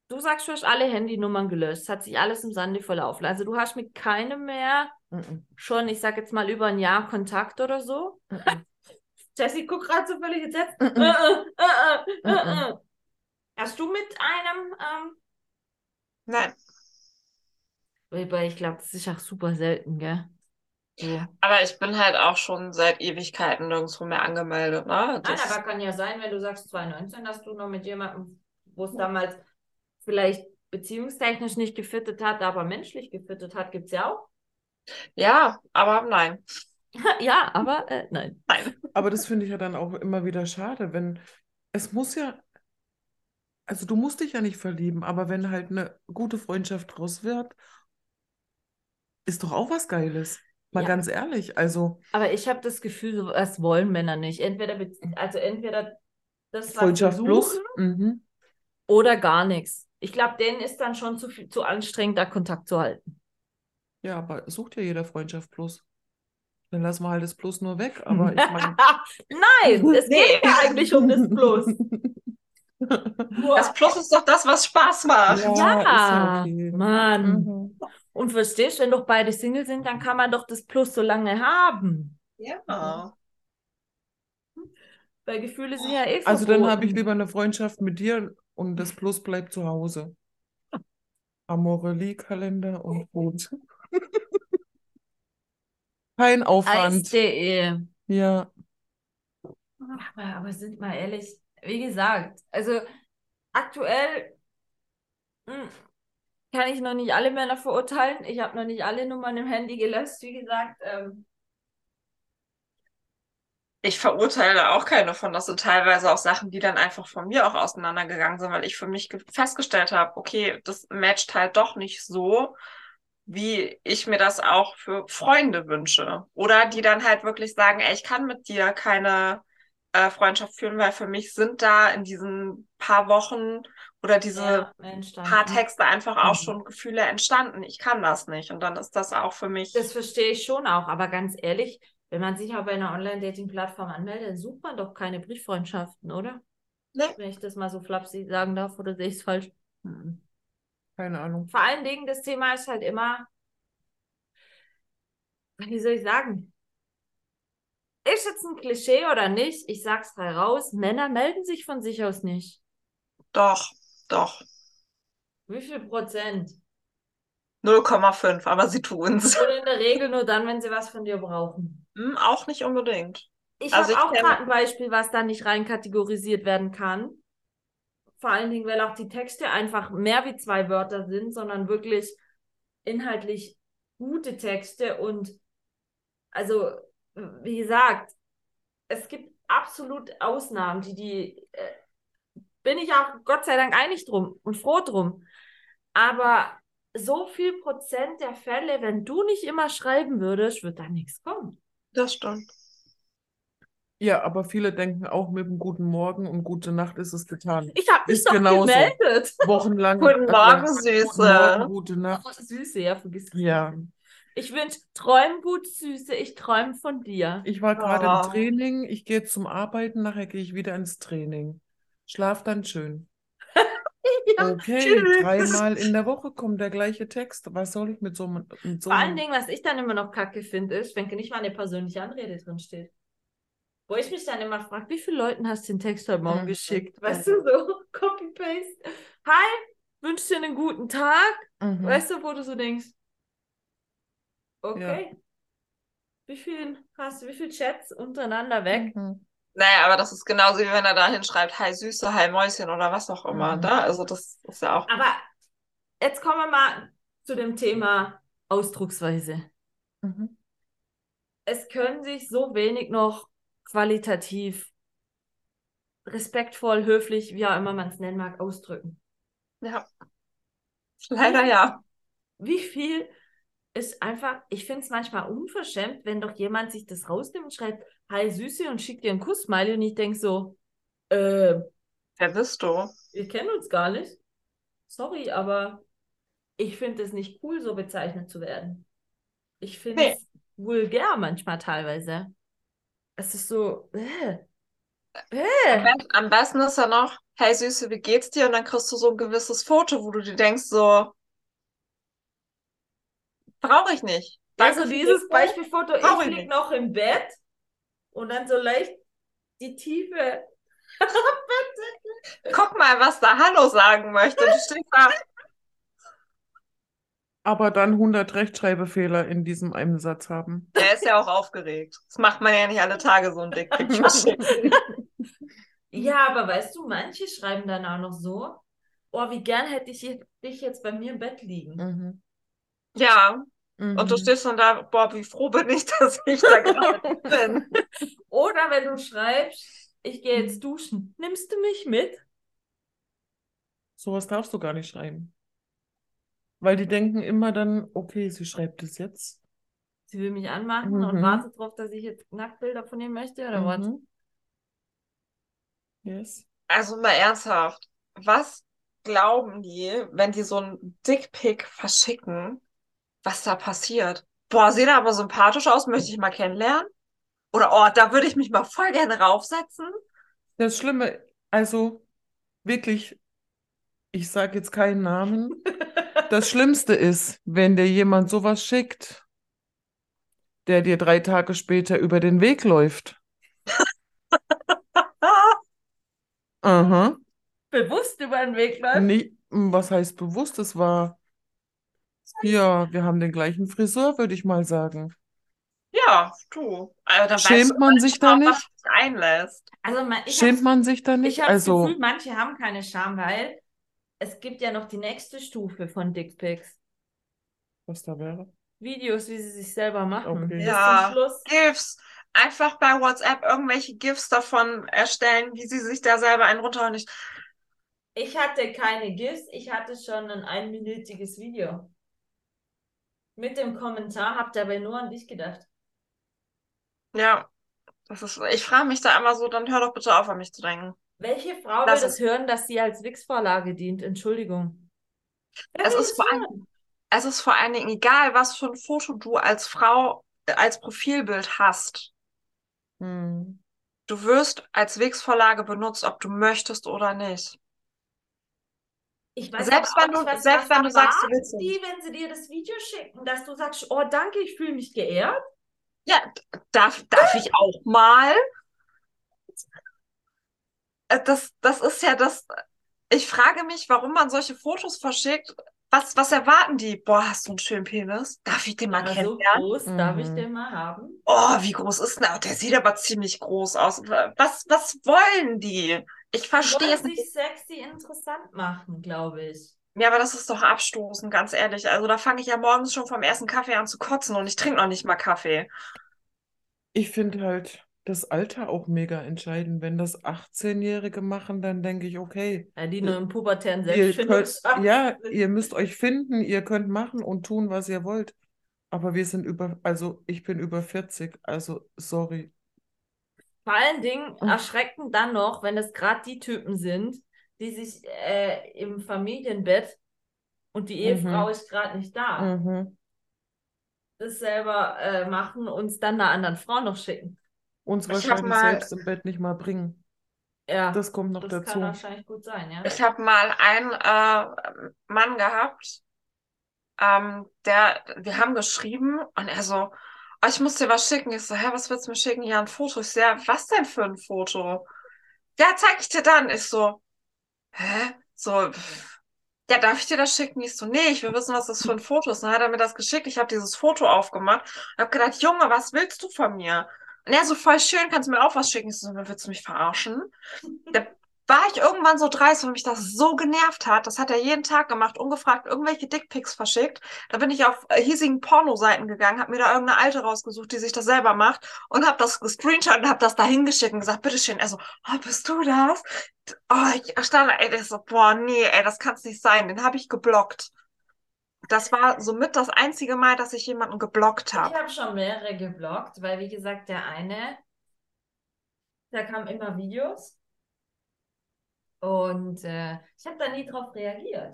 du sagst, du hast alle Handynummern gelöscht. Es hat sich alles im Sande verlaufen. Also du hast mit keinem mehr Mhm. schon, ich sag jetzt mal, über ein Jahr Kontakt oder so. Mhm. Jessie guckt gerade so völlig entsetzt. Mhm. Äh, äh, äh, äh, Mhm. äh. Hast du mit einem, ähm, Nein. weil ich glaube, das ist auch super selten, gell? So. Aber ich bin halt auch schon seit Ewigkeiten nirgendwo mehr angemeldet, ne? Nein, Das, aber kann ja sein, wenn du sagst zwanzig neunzehn, dass du noch mit jemandem, wo es damals vielleicht beziehungstechnisch nicht gefittet hat, aber menschlich gefittet hat, gibt es ja auch. ja, aber nein. Ja, aber äh, nein. Nein. Aber das finde ich ja dann auch immer wieder schade, wenn es muss ja, also du musst dich ja nicht verlieben, aber wenn halt eine gute Freundschaft draus wird, ist doch auch was Geiles. Mal Ja. ganz ehrlich, also Aber ich habe das Gefühl, so- das wollen Männer nicht. Entweder, be- also entweder das, was sie Freundschaft plus. suchen, Mhm. oder gar nichts. Ich glaube, denen ist dann schon zu viel, zu anstrengend, da Kontakt zu halten. Ja, aber sucht ja jeder Freundschaft plus. Dann lassen wir halt das Plus nur weg, aber ich meine. Nein, es Nee. geht ja eigentlich um das Plus. Nur, Das Plus ist doch das, was Spaß macht. Ja, ja, ist ja okay. Mann. Mhm. Und verstehst, wenn doch beide Single sind, dann kann man doch das Plus so lange haben. Ja. Weil Gefühle sind ja eh Also dann habe ich verboten. lieber eine Freundschaft mit dir und das Plus bleibt zu Hause. Amorelie-Kalender und gut. Kein Aufwand. Eis.de. Ja. Aber, aber sind mal ehrlich, wie gesagt, also aktuell mh, kann ich noch nicht alle Männer verurteilen. Ich habe noch nicht alle Nummern im Handy gelöscht, wie gesagt. Ähm, Ich verurteile auch keine von. Das sind teilweise auch Sachen, die dann einfach von mir auch auseinandergegangen sind, weil ich für mich ge- festgestellt habe, okay, das matcht halt doch nicht so, wie ich mir das auch für Freunde wünsche. Oder die dann halt wirklich sagen, ey, ich kann mit dir keine äh, Freundschaft führen, weil für mich sind da in diesen paar Wochen oder diese ja, paar entstanden. Texte einfach auch Mhm. schon Gefühle entstanden. Ich kann das nicht. Und dann ist das auch für mich. Das verstehe ich schon auch, aber ganz ehrlich, wenn man sich auch bei einer Online-Dating-Plattform anmeldet, dann sucht man doch keine Brieffreundschaften, oder? Ne? Wenn ich das mal so flapsig sagen darf, oder sehe ich es falsch? Mhm. Keine Ahnung. Vor allen Dingen, das Thema ist halt immer, wie soll ich sagen? Ist jetzt ein Klischee oder nicht? Ich sag's frei raus, Männer melden sich von sich aus nicht. Doch, doch. Wie viel Prozent? null Komma fünf, aber sie tun's. Und in der Regel nur dann, wenn sie was von dir brauchen. Hm, auch nicht unbedingt. Ich Also habe ich auch kenne, gerade ein Beispiel, was da nicht rein kategorisiert werden kann. Vor allen Dingen, weil auch die Texte einfach mehr wie zwei Wörter sind, sondern wirklich inhaltlich gute Texte. Und also, wie gesagt, es gibt absolut Ausnahmen, die, die äh, bin ich auch Gott sei Dank einig drum und froh drum. Aber so viel Prozent der Fälle, wenn du nicht immer schreiben würdest, wird da nichts kommen. das stimmt. Ja, aber viele denken auch mit einem guten Morgen und gute Nacht ist es getan. Ich habe mich Ist doch genauso. gemeldet. Wochenlang. Guten äh, Morgen, Guten Süße. Morgen, gute Nacht. Oh, Süße, ja, vergiss es. Ja. Ich wünsche, träum gut, Süße, ich träume von dir. Ich war gerade im Oh. Training, ich gehe jetzt zum Arbeiten, nachher gehe ich wieder ins Training. Schlaf dann schön. Ja, Okay, tschüss. dreimal in der Woche kommt der gleiche Text. Was soll ich mit so, einem- mit so Vor allen einem... Dingen, was ich dann immer noch kacke finde, ist, wenn nicht mal eine persönliche Anrede drin steht. Wo ich mich dann immer frage, wie viele Leuten hast du den Text heute Morgen Mhm. geschickt? Weißt du, so Copy-Paste. Hi, wünsch dir einen guten Tag. Mhm. Weißt du, wo du so denkst, okay, wie viel hast du, wie viele Chats untereinander weg? Mhm. Naja, aber das ist genauso, wie wenn er da hinschreibt, hi Süße, hi Mäuschen oder was auch immer. Mhm. Da? Also das ist ja auch. Aber jetzt kommen wir mal zu dem Thema Ausdrucksweise. Mhm. Es können sich so wenig noch qualitativ, respektvoll, höflich, wie auch immer man es nennen mag, ausdrücken. Ja. Leider ja. Wie viel ist einfach, ich finde es manchmal unverschämt, wenn doch jemand sich das rausnimmt und schreibt, hi Süße und schickt dir einen Kuss-Smiley und ich denke so, äh, Wer bist du? wir kennen uns gar nicht. Sorry, aber ich finde es nicht cool, so bezeichnet zu werden. Ich finde Nee. es vulgär manchmal teilweise. Es ist so, äh, Am, äh. be am besten ist ja noch, hey Süße, wie geht's dir? Und dann kriegst du so ein gewisses Foto, wo du dir denkst, so, brauche ich nicht. Ja, Danke so für die dieses Info, Beispielfoto, ich brauche ich lieg nicht. noch im Bett und dann so leicht die Tiefe. Guck mal, was da Hallo sagen möchte. Du stehst da. Aber dann hundert Rechtschreibfehler in diesem einen Satz haben. Er ist ja auch aufgeregt. Das macht man ja nicht alle Tage, so ein Dickpick verschicken. Ja, aber weißt du, manche schreiben dann auch noch so, oh, wie gern hätte ich je- dich jetzt bei mir im Bett liegen. Mhm. Ja. Und du Mhm. stehst dann da, boah, wie froh bin ich, dass ich da gerade bin. Oder wenn du schreibst, ich gehe jetzt duschen, nimmst du mich mit? Sowas darfst du gar nicht schreiben. Weil die denken immer dann, okay, sie schreibt es jetzt. Sie will mich anmachen und Mhm. wartet darauf, dass ich jetzt Nacktbilder von ihr möchte, oder was? Mhm. Yes. Also mal ernsthaft, was glauben die, wenn die so einen Dickpick verschicken, was da passiert? Boah, sieht er aber sympathisch aus, möchte ich mal kennenlernen? Oder oh, da würde ich mich mal voll gerne raufsetzen. Das Schlimme, also wirklich, ich sage jetzt keinen Namen. Das Schlimmste ist, wenn dir jemand sowas schickt, der dir drei Tage später über den Weg läuft. Ah, Aha. Bewusst über den Weg läuft. Nee, was heißt bewusst? Es war, ja, wir haben den gleichen Friseur, würde ich mal sagen. ja, du. Also dann weißt du Schämt man immerhin sich schon mal, da auf was nicht? du dich einlässt. Also man, ich Schämt habe man sich da ich nicht? hab das Gefühl, Also, manche haben keine Scham, weil es gibt ja noch die nächste Stufe von Dickpics. was da wäre? Videos, wie sie sich selber machen. Okay. Bis zum Ja, Schluss. GIFs. Einfach bei WhatsApp irgendwelche GIFs davon erstellen, wie sie sich da selber einen runterhauen. Ich, Ich hatte keine GIFs, ich hatte schon ein einminütiges Video. Mit dem Kommentar, hab dabei nur an dich gedacht. ja, das ist, ich frage mich da immer so, dann hör doch bitte auf, an mich zu denken. Welche Frau will Das das ist, hören, dass sie als Wix-Vorlage dient? Entschuldigung. Wer es will ist das vor hören? allem, es ist vor allen Dingen egal, was für ein Foto du als Frau äh, als Profilbild hast. Hm. Du wirst als Wix-Vorlage benutzt, ob du möchtest oder nicht. Ich weiß aber Selbst auch wenn nicht, du, was, selbst was wenn du sagst, du erwarten willst die, nicht. wenn sie dir das Video schicken, dass du sagst, oh danke, ich fühle mich geehrt. Ja, d- darf, darf ich auch mal? Äh, Das, das ist ja das. Ich frage mich, warum man solche Fotos verschickt. Was, was erwarten die? Boah, hast du einen schönen Penis? Darf ich den mal Ja, so kennenlernen? groß darf ich Mhm. den mal haben. Oh, wie groß ist denn der? Der sieht aber ziemlich groß aus. Was, was wollen die? Ich Die verstehe wollen es nicht. sich sexy interessant machen, glaube ich. Ja, aber das ist doch abstoßend, ganz ehrlich. Also da fange ich ja morgens schon vom ersten Kaffee an zu kotzen und ich trinke noch nicht mal Kaffee. Ich finde halt das Alter auch mega entscheidend. Wenn das achtzehn-Jährige machen, dann denke ich, okay, Ja, die nur im pubertären ihr könnt, Selbstfindungsphase ja, sind. ihr müsst euch finden, ihr könnt machen und tun, was ihr wollt. Aber wir sind über, also ich bin über vierzig, also sorry. Vor allen Dingen erschreckend dann noch, wenn es gerade die Typen sind, die sich äh, im Familienbett und die Ehefrau Mhm. ist gerade nicht da, Mhm. Mhm. das selber äh, machen und es dann einer anderen Frau noch schicken. Uns Ich habe wahrscheinlich mal, selbst im Bett nicht mal bringen. Ja, Das kommt noch das kann dazu. wahrscheinlich gut sein, ja. ich habe mal einen äh, Mann gehabt, ähm, der, wir haben geschrieben und er so, oh, ich muss dir was schicken. Ich so, hä, was willst du mir schicken? Ja, ein Foto. Ich so, ja, was denn für ein Foto? Ja, zeig ich dir dann. Ich so, hä? So, pff. Ja, darf ich dir das schicken? Ich so, nee, ich will wissen, was das für ein Foto ist. Dann hat er mir das geschickt. Ich habe dieses Foto aufgemacht und habe gedacht, Junge, was willst du von mir? Und er so, voll schön, kannst du mir auch was schicken? Ich so, willst du mich verarschen? Da war ich irgendwann so dreist, weil mich das so genervt hat. Das hat er jeden Tag gemacht, ungefragt irgendwelche Dickpics verschickt. Da bin ich auf äh, hiesigen Pornoseiten gegangen, habe mir da irgendeine Alte rausgesucht, die sich das selber macht und habe das gescreenshot und habe das da hingeschickt und gesagt, bitteschön. Er so, oh, bist du das? Oh, ich stand, ey, der ist so, boah, nee, ey, das kann's nicht sein. Den habe ich geblockt. Das war somit das einzige Mal, dass ich jemanden geblockt Ich habe. habe schon mehrere geblockt, weil wie gesagt, der eine, da kamen immer Videos und äh, ich habe da nie drauf reagiert.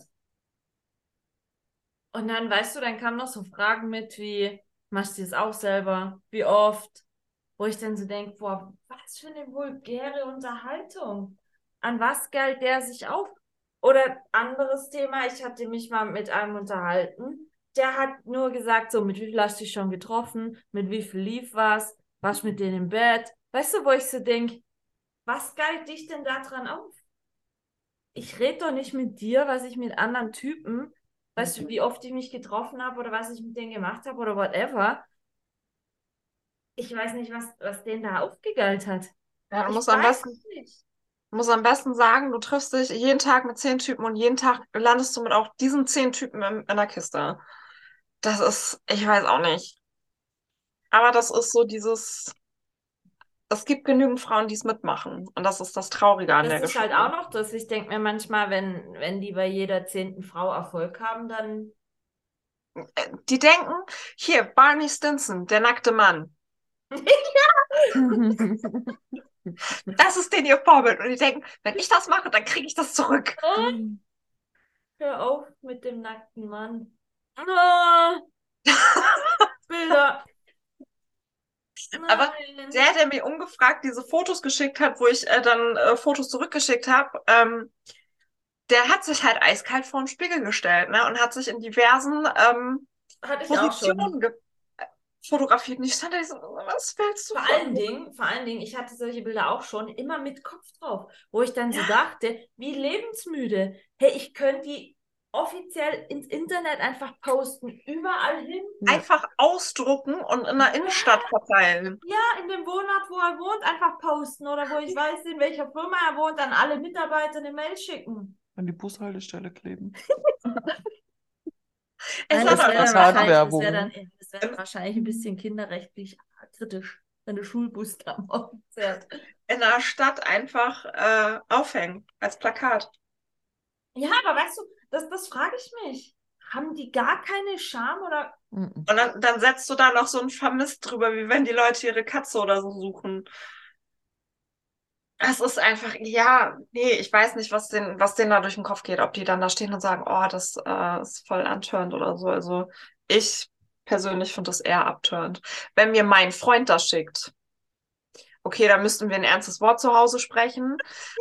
Und dann, weißt du, dann kamen noch so Fragen mit wie, machst du das auch selber? Wie oft? Wo ich dann so denke, boah, was für eine vulgäre Unterhaltung. an was geilt der sich auf? Oder anderes Thema, ich hatte mich mal mit einem unterhalten, der hat nur gesagt, so, mit wie viel hast du dich schon getroffen, mit wie viel lief was, was mit denen im Bett. Weißt du, wo ich so denke, was geilt dich denn da dran auf? Ich rede doch nicht mit dir, was ich mit anderen Typen, weißt du, wie oft ich mich getroffen habe oder was ich mit denen gemacht habe oder whatever. Ich weiß nicht, was, was den da aufgegeilt hat. Ja, du Ich musst am weiß besten, es nicht. du musst am besten sagen, du triffst dich jeden Tag mit zehn Typen und jeden Tag landest du mit auch diesen zehn Typen in, in der Kiste. Das ist, ich weiß auch nicht. Aber das ist so dieses, es gibt genügend Frauen, die es mitmachen. Und das ist das Traurige an Das der ist halt auch Geschichte. noch das. Ich denke mir manchmal, wenn, wenn die bei jeder zehnten Frau Erfolg haben, dann. Die denken, hier, Barney Stinson, der nackte Mann. Das ist denen ihr Vorbild. Und die denken, wenn ich das mache, dann kriege ich das zurück. Oh, hör auf mit dem nackten Mann. Oh, Bilder. Aber Nein. der, der mir ungefragt diese Fotos geschickt hat, wo ich äh, dann äh, Fotos zurückgeschickt habe, ähm, der hat sich halt eiskalt vor den Spiegel gestellt, ne? Und hat sich in diversen ähm, Hatte ich auch schon. Positionen ge fotografiert. Und ich stand da so, was willst du Vor von allen mir? Dingen, vor allen Dingen, ich hatte solche Bilder auch schon, immer mit Kopf drauf, wo ich dann so dachte, wie lebensmüde. Hey, ich könnte die offiziell ins Internet einfach posten, überall hin. Ja. Einfach ausdrucken und in der Innenstadt verteilen. Ja, in dem Wohnort, wo er wohnt, einfach posten oder wo ich weiß, in welcher Firma er wohnt, an alle Mitarbeiter eine Mail schicken. An die Bushaltestelle kleben. Es Nein, ist das wäre aber dann Plakatwerbung, wahrscheinlich, das wäre ne? dann, das wäre dann wahrscheinlich ein bisschen kinderrechtlich kritisch, wenn der Schulbus da morgen fährt. in der Stadt einfach äh, aufhängen als Plakat. Ja, aber weißt du, das, das frage ich mich. Haben die gar keine Scham oder? Mhm. Und dann, dann setzt du da noch so ein Vermisst drüber, wie wenn die Leute ihre Katze oder so suchen. Es ist einfach, ja, nee, ich weiß nicht, was denen, was denen da durch den Kopf geht, ob die dann da stehen und sagen, oh, das äh, ist voll antörend oder so. Also ich persönlich finde das eher abtörend. Wenn mir mein Freund das schickt, okay, da müssten wir ein ernstes Wort zu Hause sprechen.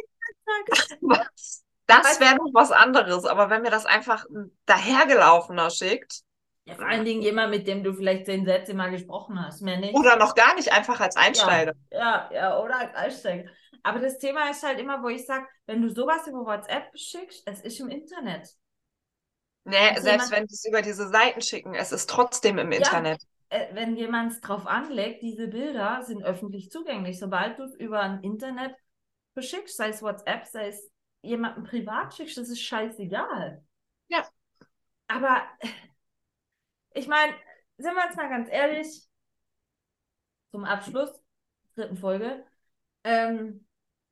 Das wäre noch was anderes, aber wenn mir das einfach ein dahergelaufener schickt, Ja, vor allen Dingen jemand, mit dem du vielleicht zehn Sätze mal gesprochen hast, mehr nicht. oder noch gar nicht einfach als Einsteiger. Ja, ja, ja, oder als Einsteiger. Aber das Thema ist halt immer, wo ich sage, wenn du sowas über WhatsApp schickst, es ist im Internet. Nee, Wenn selbst jemand, wenn sie es über diese Seiten schicken, es ist trotzdem im ja, Internet. äh, wenn jemand es drauf anlegt, diese Bilder sind öffentlich zugänglich. Sobald du es über ein Internet verschickst, sei es WhatsApp, sei es jemandem privat schickst, das ist scheißegal. Ja. Aber ich meine, sind wir jetzt mal ganz ehrlich, zum Abschluss der dritten Folge, ähm,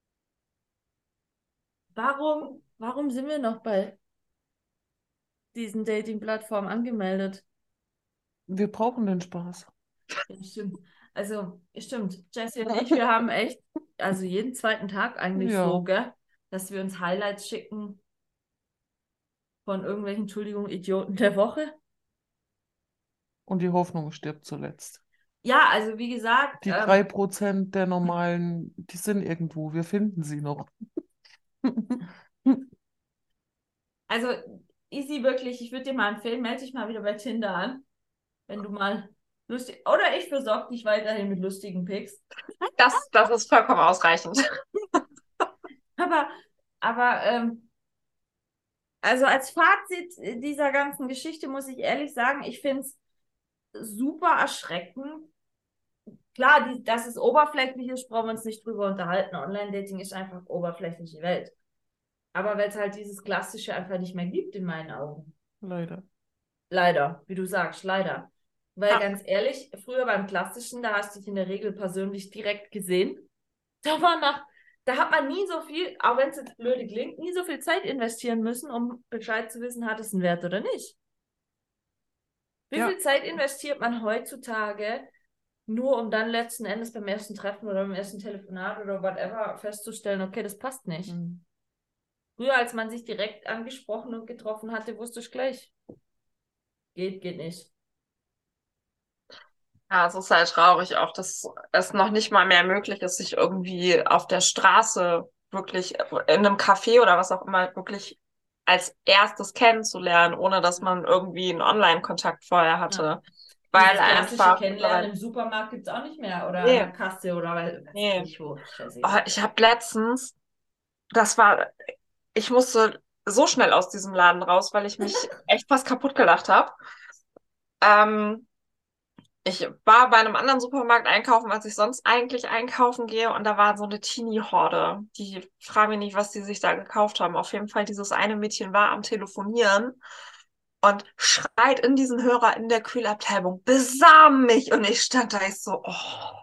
warum, warum sind wir noch bei diesen Dating-Plattformen angemeldet? Wir brauchen den Spaß. Ja, stimmt. Also, stimmt. Jessie und ich, wir haben echt, also jeden zweiten Tag eigentlich Ja. so, gell, dass wir uns Highlights schicken von irgendwelchen, Entschuldigung, Idioten der Woche. Und die Hoffnung stirbt zuletzt. Ja, also wie gesagt, Die ähm, drei Prozent der normalen, die sind irgendwo. Wir finden sie noch. also easy wirklich, ich würde dir mal empfehlen, melde dich mal wieder bei Tinder an, wenn du mal lustig, oder ich versorge dich weiterhin mit lustigen Pics. Das, das ist vollkommen ausreichend. Aber, aber, ähm, also als Fazit dieser ganzen Geschichte muss ich ehrlich sagen, ich finde es super erschreckend. Klar, die, dass es oberflächlich ist, brauchen wir uns nicht drüber unterhalten. Online-Dating ist einfach oberflächliche Welt. Aber weil es halt dieses Klassische einfach nicht mehr gibt in meinen Augen. Leider. Leider, wie du sagst, leider. Weil Ja. ganz ehrlich, früher beim Klassischen, da hast du dich in der Regel persönlich direkt gesehen. Da war nach, da hat man nie so viel, auch wenn es jetzt blöde klingt, nie so viel Zeit investieren müssen, um Bescheid zu wissen, hat es einen Wert oder nicht. Wie Ja. viel Zeit investiert man heutzutage, nur um dann letzten Endes beim ersten Treffen oder beim ersten Telefonat oder whatever festzustellen, okay, das passt nicht. Mhm. Früher, als man sich direkt angesprochen und getroffen hatte, wusste ich gleich. Geht, geht nicht. Ja, es ist halt traurig auch, dass es noch nicht mal mehr möglich ist, sich irgendwie auf der Straße wirklich in einem Café oder was auch immer wirklich als erstes kennenzulernen, ohne dass man irgendwie einen Online-Kontakt vorher hatte. Ja. Weil Dieses klassische einfach Kennenlernen mittlerweile. im Supermarkt gibt es auch nicht mehr oder an der Nee, Kasse oder weiß ich nee. nicht wo. Oh, Scheißegal. ich habe letztens, das war, ich musste so schnell aus diesem Laden raus, weil ich mich echt fast kaputt gelacht habe. Ähm, Ich war bei einem anderen Supermarkt einkaufen, als ich sonst eigentlich einkaufen gehe, und da war so eine Teenie-Horde. Die frage mich nicht, was die sich da gekauft haben. Auf jeden Fall, dieses eine Mädchen war am Telefonieren und schreit in diesen Hörer in der Kühlabteilung, besam mich! Und ich stand da, ich so, oh,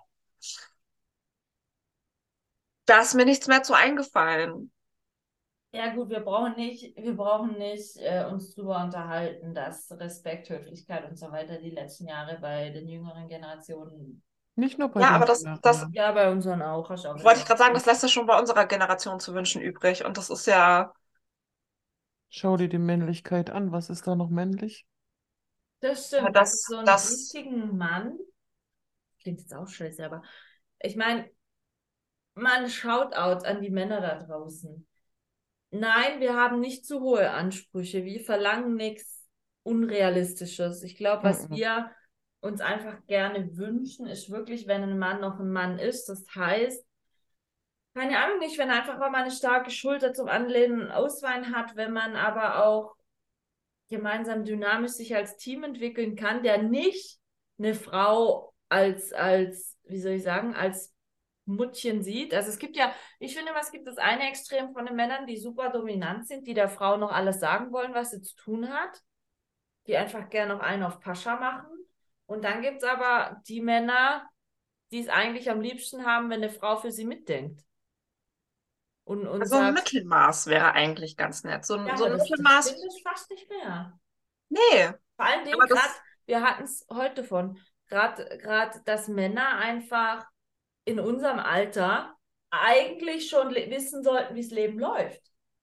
da ist mir nichts mehr zu eingefallen. Ja gut, wir brauchen nicht, wir brauchen nicht äh, uns drüber unterhalten, dass Respekt, Höflichkeit und so weiter die letzten Jahre bei den jüngeren Generationen, Nicht nur bei Ja, den aber das, Jüngeren, das ja. ja bei unseren auch, hast du auch wieder wollte ich recht. gerade sagen, das lässt ja schon bei unserer Generation zu wünschen übrig. Und das ist ja, Schau dir die Männlichkeit an. Was ist da noch männlich? Das ja, stimmt, also das, so einen das, richtigen Mann, klingt jetzt auch scheiße, aber ich meine, mal ein Shoutout an die Männer da draußen. Nein, wir haben nicht zu hohe Ansprüche. Wir verlangen nichts Unrealistisches. Ich glaube, was Mhm. wir uns einfach gerne wünschen, ist wirklich, wenn ein Mann noch ein Mann ist. Das heißt, keine Ahnung nicht, wenn er einfach mal eine starke Schulter zum Anlehnen und Ausweinen hat, wenn man aber auch gemeinsam dynamisch sich als Team entwickeln kann, der nicht eine Frau als, als, wie soll ich sagen, als Muttchen sieht. Also es gibt ja, ich finde immer, es gibt das eine Extrem von den Männern, die super dominant sind, die der Frau noch alles sagen wollen, was sie zu tun hat, die einfach gerne noch einen auf Pascha machen. Und dann gibt es aber die Männer, die es eigentlich am liebsten haben, wenn eine Frau für sie mitdenkt und, und also ein sagt, Mittelmaß wäre eigentlich ganz nett. So ja, ein, so aber ein das, das finde Mittelmaß, ich fast nicht mehr. nee. Vor allen Dingen Aber gerade, das, wir hatten es heute von, gerade gerade, dass Männer einfach in unserem Alter eigentlich schon le- wissen sollten, wie das Leben läuft.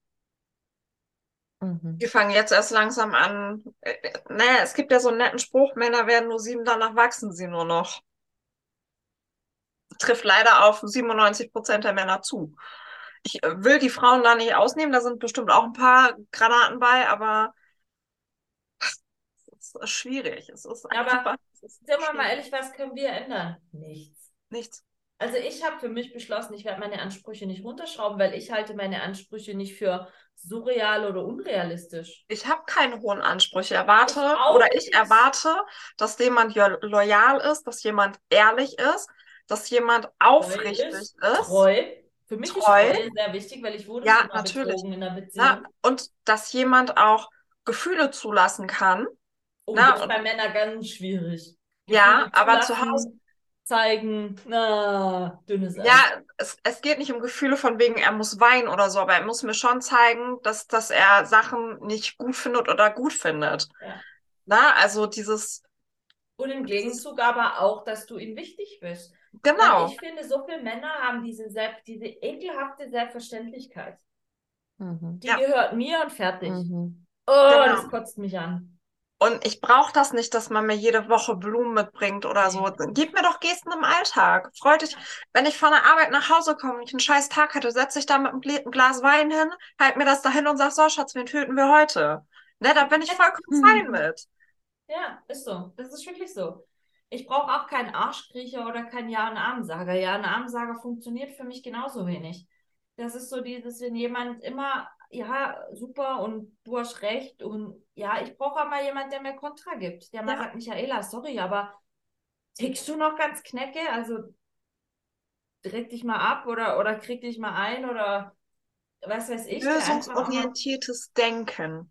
Mhm. die fangen jetzt erst langsam an. Äh, äh, naja, es gibt ja so einen netten Spruch, Männer werden nur sieben, danach wachsen sie nur noch. Trifft leider auf siebenundneunzig Prozent der Männer zu. Ich äh, will die Frauen da nicht ausnehmen, da sind bestimmt auch ein paar Granaten bei, aber es ist schwierig. Es ist Aber einfach, es ist sind wir mal schwierig. ehrlich, was können wir ändern? Nichts. Nichts. Also ich habe für mich beschlossen, ich werde meine Ansprüche nicht runterschrauben, weil ich halte meine Ansprüche nicht für surreal oder unrealistisch. Ich habe keine hohen Ansprüche. Ich Ich erwarte oder auch ich nicht. erwarte, dass jemand jo- loyal ist, dass jemand ehrlich ist, dass jemand Treu aufrichtig ist ist, treu. Für mich ist treu. Treue sehr wichtig, weil ich wurde Ja, schon mal natürlich. betrogen in einer Na, Beziehung. und dass jemand auch Gefühle zulassen kann. Oh, Na, das ist und bei Männern ganz schwierig. ja, Gefühle aber zu Hause, zulassen, zeigen, na, dünnes Eis. ja, es, es geht nicht um Gefühle von wegen, er muss weinen oder so, aber er muss mir schon zeigen, dass, dass er Sachen nicht gut findet oder gut findet. Ja. Na, also dieses, Und im dieses, Gegenzug aber auch, dass du ihm wichtig bist. Weil genau. ich finde, so viele Männer haben diese, Selbst, diese ekelhafte Selbstverständlichkeit. Mhm. Die Ja, gehört mir und fertig. Mhm. Oh, das genau. kotzt mich an. Und ich brauche das nicht, dass man mir jede Woche Blumen mitbringt oder so. Nee. Gib mir doch Gesten im Alltag. Freu dich, Ja. wenn ich von der Arbeit nach Hause komme und ich einen scheiß Tag hatte, setze ich da mit einem Gl- ein Glas Wein hin, halt mir das da hin und sag, so, Schatz, wen töten wir heute? Ne, da bin ich vollkommen fein Mhm. mit. Ja, ist so. Das ist wirklich so. Ich brauche auch keinen Arschkriecher oder keinen Ja- und Amen-Sager. Ja- und Amen-Sager funktioniert für mich genauso wenig. Das ist so dieses, wenn jemand immer, ja, super und du hast recht und ja, ich brauche auch mal jemand, der mir Kontra gibt. Der mal Ja, sagt, Michaela, sorry, aber tickst du noch ganz knecke? Also reg dich mal ab oder, oder krieg dich mal ein oder was weiß ich, der einfach auch mal, lösungsorientiertes Denken.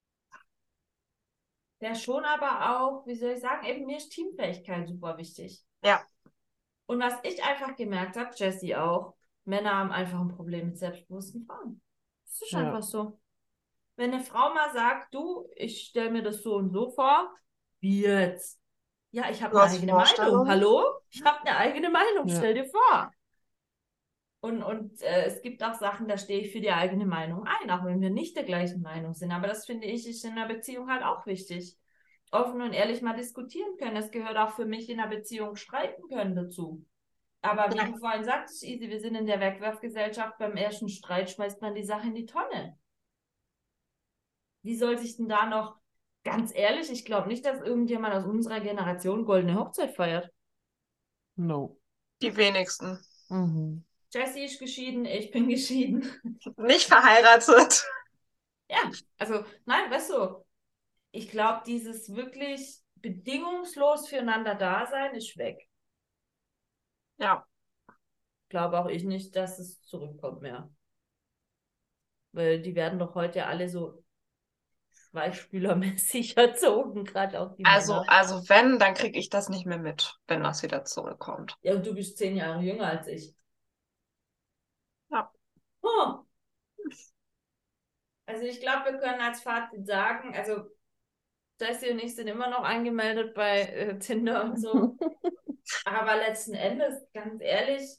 der schon aber auch, wie soll ich sagen, eben mir ist Teamfähigkeit super wichtig. Ja, Und was ich einfach gemerkt habe, Jessie auch, Männer haben einfach ein Problem mit selbstbewussten Frauen. Das ist Ja. einfach so. Wenn eine Frau mal sagt, du, ich stelle mir das so und so vor, wie jetzt? Ja, ich habe du eine hast eigene Meinung. Vorstellungen. Hallo? Ich habe eine eigene Meinung, Ja. stell dir vor. Und, und äh, es gibt auch Sachen, da stehe ich für die eigene Meinung ein, auch wenn wir nicht der gleichen Meinung sind. Aber das finde ich, ist in einer Beziehung halt auch wichtig. Offen und ehrlich mal diskutieren können. Es gehört auch für mich in einer Beziehung streiten können dazu. Aber wie Ja. du vorhin sagtest, Easy, wir sind in der Wegwerfgesellschaft, beim ersten Streit schmeißt man die Sache in die Tonne. Wie soll sich denn da noch, ganz ehrlich, ich glaube nicht, dass irgendjemand aus unserer Generation goldene Hochzeit feiert. No. Die wenigsten. Mhm. Jessie ist geschieden, ich bin geschieden. Nicht verheiratet. Ja, also, nein, weißt du, ich glaube, dieses wirklich bedingungslos füreinander Dasein ist weg. Ja. Glaube auch ich nicht, dass es zurückkommt mehr. Weil die werden doch heute alle so weichspülermäßig erzogen, gerade auch die Also, Männer. also wenn, dann kriege ich das nicht mehr mit, wenn das wieder zurückkommt. Ja, und du bist zehn Jahre jünger als ich. Ja. Oh. Also ich glaube, wir können als Fazit sagen, also Jessie und ich sind immer noch angemeldet bei äh, Tinder und so. Aber letzten Endes, ganz ehrlich,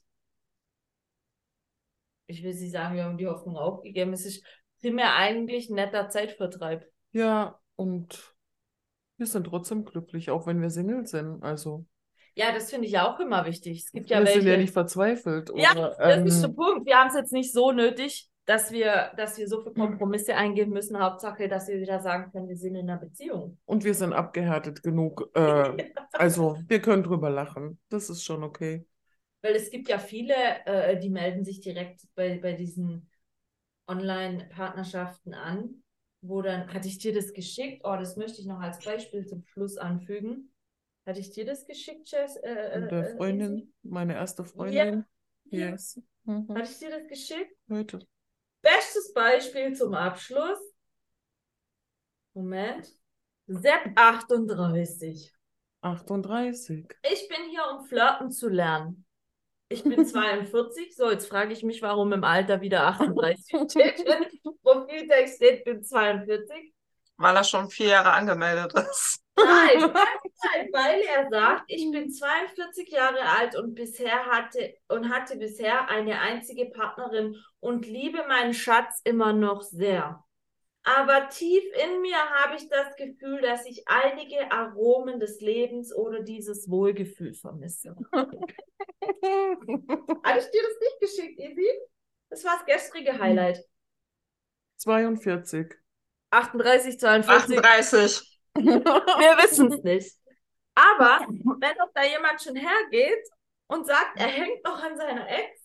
ich will nicht sagen, wir haben die Hoffnung aufgegeben. Es ist primär eigentlich ein netter Zeitvertreib. Ja, und wir sind trotzdem glücklich, auch wenn wir Single sind. Also, Ja, das finde ich auch immer wichtig. Es gibt ja wir welche. sind ja nicht verzweifelt. Ja, Oder, das ist der ähm, Punkt. Wir haben es jetzt nicht so nötig, dass wir, dass wir so viele Kompromisse eingehen müssen. Hauptsache, dass wir wieder sagen können, wir sind in einer Beziehung. und wir sind abgehärtet genug. Äh, also, wir können drüber lachen. Das ist schon okay. Weil es gibt ja viele, äh, die melden sich direkt bei, bei diesen Online-Partnerschaften an, wo dann, hatte ich dir das geschickt? Oh, das möchte ich noch als Beispiel zum Schluss anfügen. Hatte ich dir das geschickt, Jess? Äh, Und der äh, Freundin, meine erste Freundin, Ja. yes. Mhm. Hatte ich dir das geschickt? Heute. Bestes Beispiel zum Abschluss. Moment. Sepp achtunddreißig. achtunddreißig. Ich bin hier, um flirten zu lernen. Ich bin zweiundvierzig. So, jetzt frage ich mich, warum im Alter wieder achtunddreißig steht. Im Profiltext steht, bin zweiundvierzig. Weil er schon vier Jahre angemeldet ist. Nein, nein, weil er sagt, ich bin zweiundvierzig Jahre alt und bisher hatte und hatte bisher eine einzige Partnerin und liebe meinen Schatz immer noch sehr. Aber tief in mir habe ich das Gefühl, dass ich einige Aromen des Lebens oder dieses Wohlgefühl vermisse. Hatte ich dir das nicht geschickt, Evi? Das war das gestrige Highlight. zweiundvierzig. achtunddreißig, zweiundvierzig. achtunddreißig. Wir wissen es nicht. Aber wenn doch da jemand schon hergeht und sagt, er hängt noch an seiner Ex.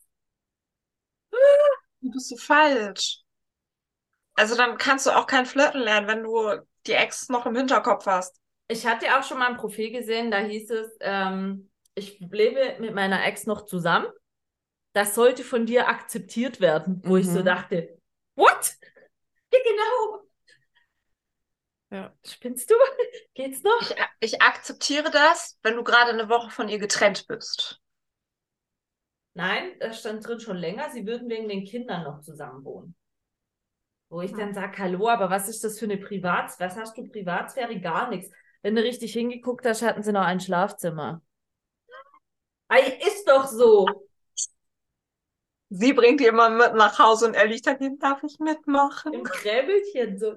Du bist so falsch. Also dann kannst du auch kein Flirten lernen, wenn du die Ex noch im Hinterkopf hast. Ich hatte auch schon mal ein Profil gesehen, da hieß es, ähm, ich lebe mit meiner Ex noch zusammen. Das sollte von dir akzeptiert werden. Wo Mhm. ich so dachte, what? Ja, genau. Ja. Spinnst du? Geht's noch? Ich, ich akzeptiere das, wenn du gerade eine Woche von ihr getrennt bist. Nein, da stand drin schon länger, sie würden wegen den Kindern noch zusammen wohnen. Wo ich dann sage, hallo, aber was ist das für eine Privatsphäre? Was hast du Privatsphäre? Gar nichts. Wenn du richtig hingeguckt hast, hatten sie noch ein Schlafzimmer. Ei, ist doch so. Sie bringt jemanden mit nach Hause und er liegt daneben, darf ich mitmachen? Im Kräbelchen so.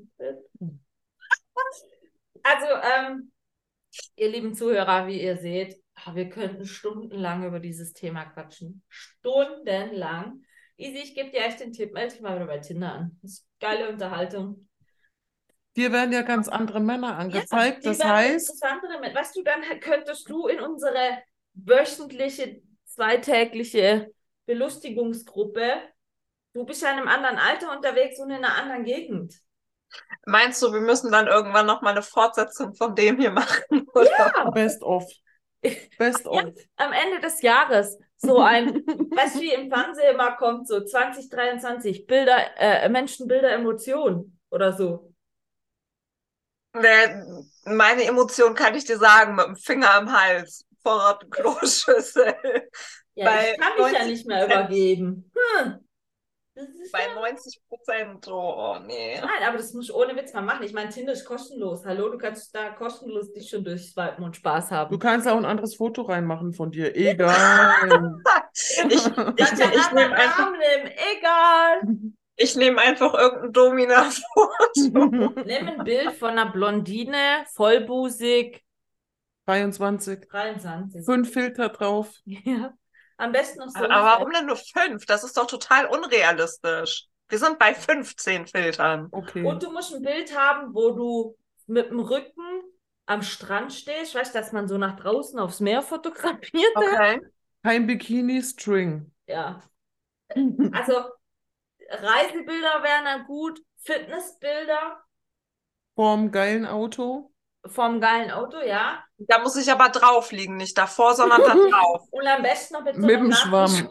Also, ähm, ihr lieben Zuhörer, wie ihr seht, wir könnten stundenlang über dieses Thema quatschen. Stundenlang. Easy, ich gebe dir echt den Tipp, melde dich mal wieder bei Tinder an. Das ist geile Unterhaltung. Dir werden ja ganz andere Männer angezeigt. die Das werden heißt, interessantere mit. Weißt du, dann könntest du in unsere wöchentliche, zweitägliche Belustigungsgruppe, du bist ja in einem anderen Alter unterwegs und in einer anderen Gegend. Meinst du, wir müssen dann irgendwann nochmal eine Fortsetzung von dem hier machen? Oder? Ja, best of. Best of. Ja, am Ende des Jahres so ein, weißt du, wie im Fernsehen immer kommt, so zwanzig dreiundzwanzig, Bilder, äh, Menschen, Bilder, Emotionen oder so. Nee, meine Emotion kann ich dir sagen, mit dem Finger im Hals, Vorrat Kloschüssel. Ja, Bei ich kann mich ja neunzig nicht mehr Prozent. übergeben. Hm. Das ist Bei ja... neunzig Prozent, oh, oh nee. Nein, aber das muss ich ohne Witz mal machen. Ich meine, Tinder ist kostenlos. Hallo, du kannst da kostenlos dich schon durchswipen und Spaß haben. Du kannst auch ein anderes Foto reinmachen von dir. Egal. Ich, ich, Kannst ja ich einen nehme anderen einfach, Namen nehmen. Egal. ich nehm einfach irgendein Domina-Foto. Nimm ein Bild von einer Blondine, vollbusig, dreiundzwanzig. dreiundzwanzig. Fünf Filter drauf. Ja. Am besten noch so. Aber warum denn nur fünf? Das ist doch total unrealistisch. Wir sind bei fünfzehn Filtern. Okay. Und du musst ein Bild haben, wo du mit dem Rücken am Strand stehst, weißt du, dass man so nach draußen aufs Meer fotografiert. Okay. Kein Bikini, String. Ja. Also Reisebilder wären dann gut, Fitnessbilder Vorm geilen Auto. vom geilen Auto, ja. Da muss ich aber drauf liegen, nicht davor, sondern da drauf. Und am besten noch mit so Mit einem dem Schwamm.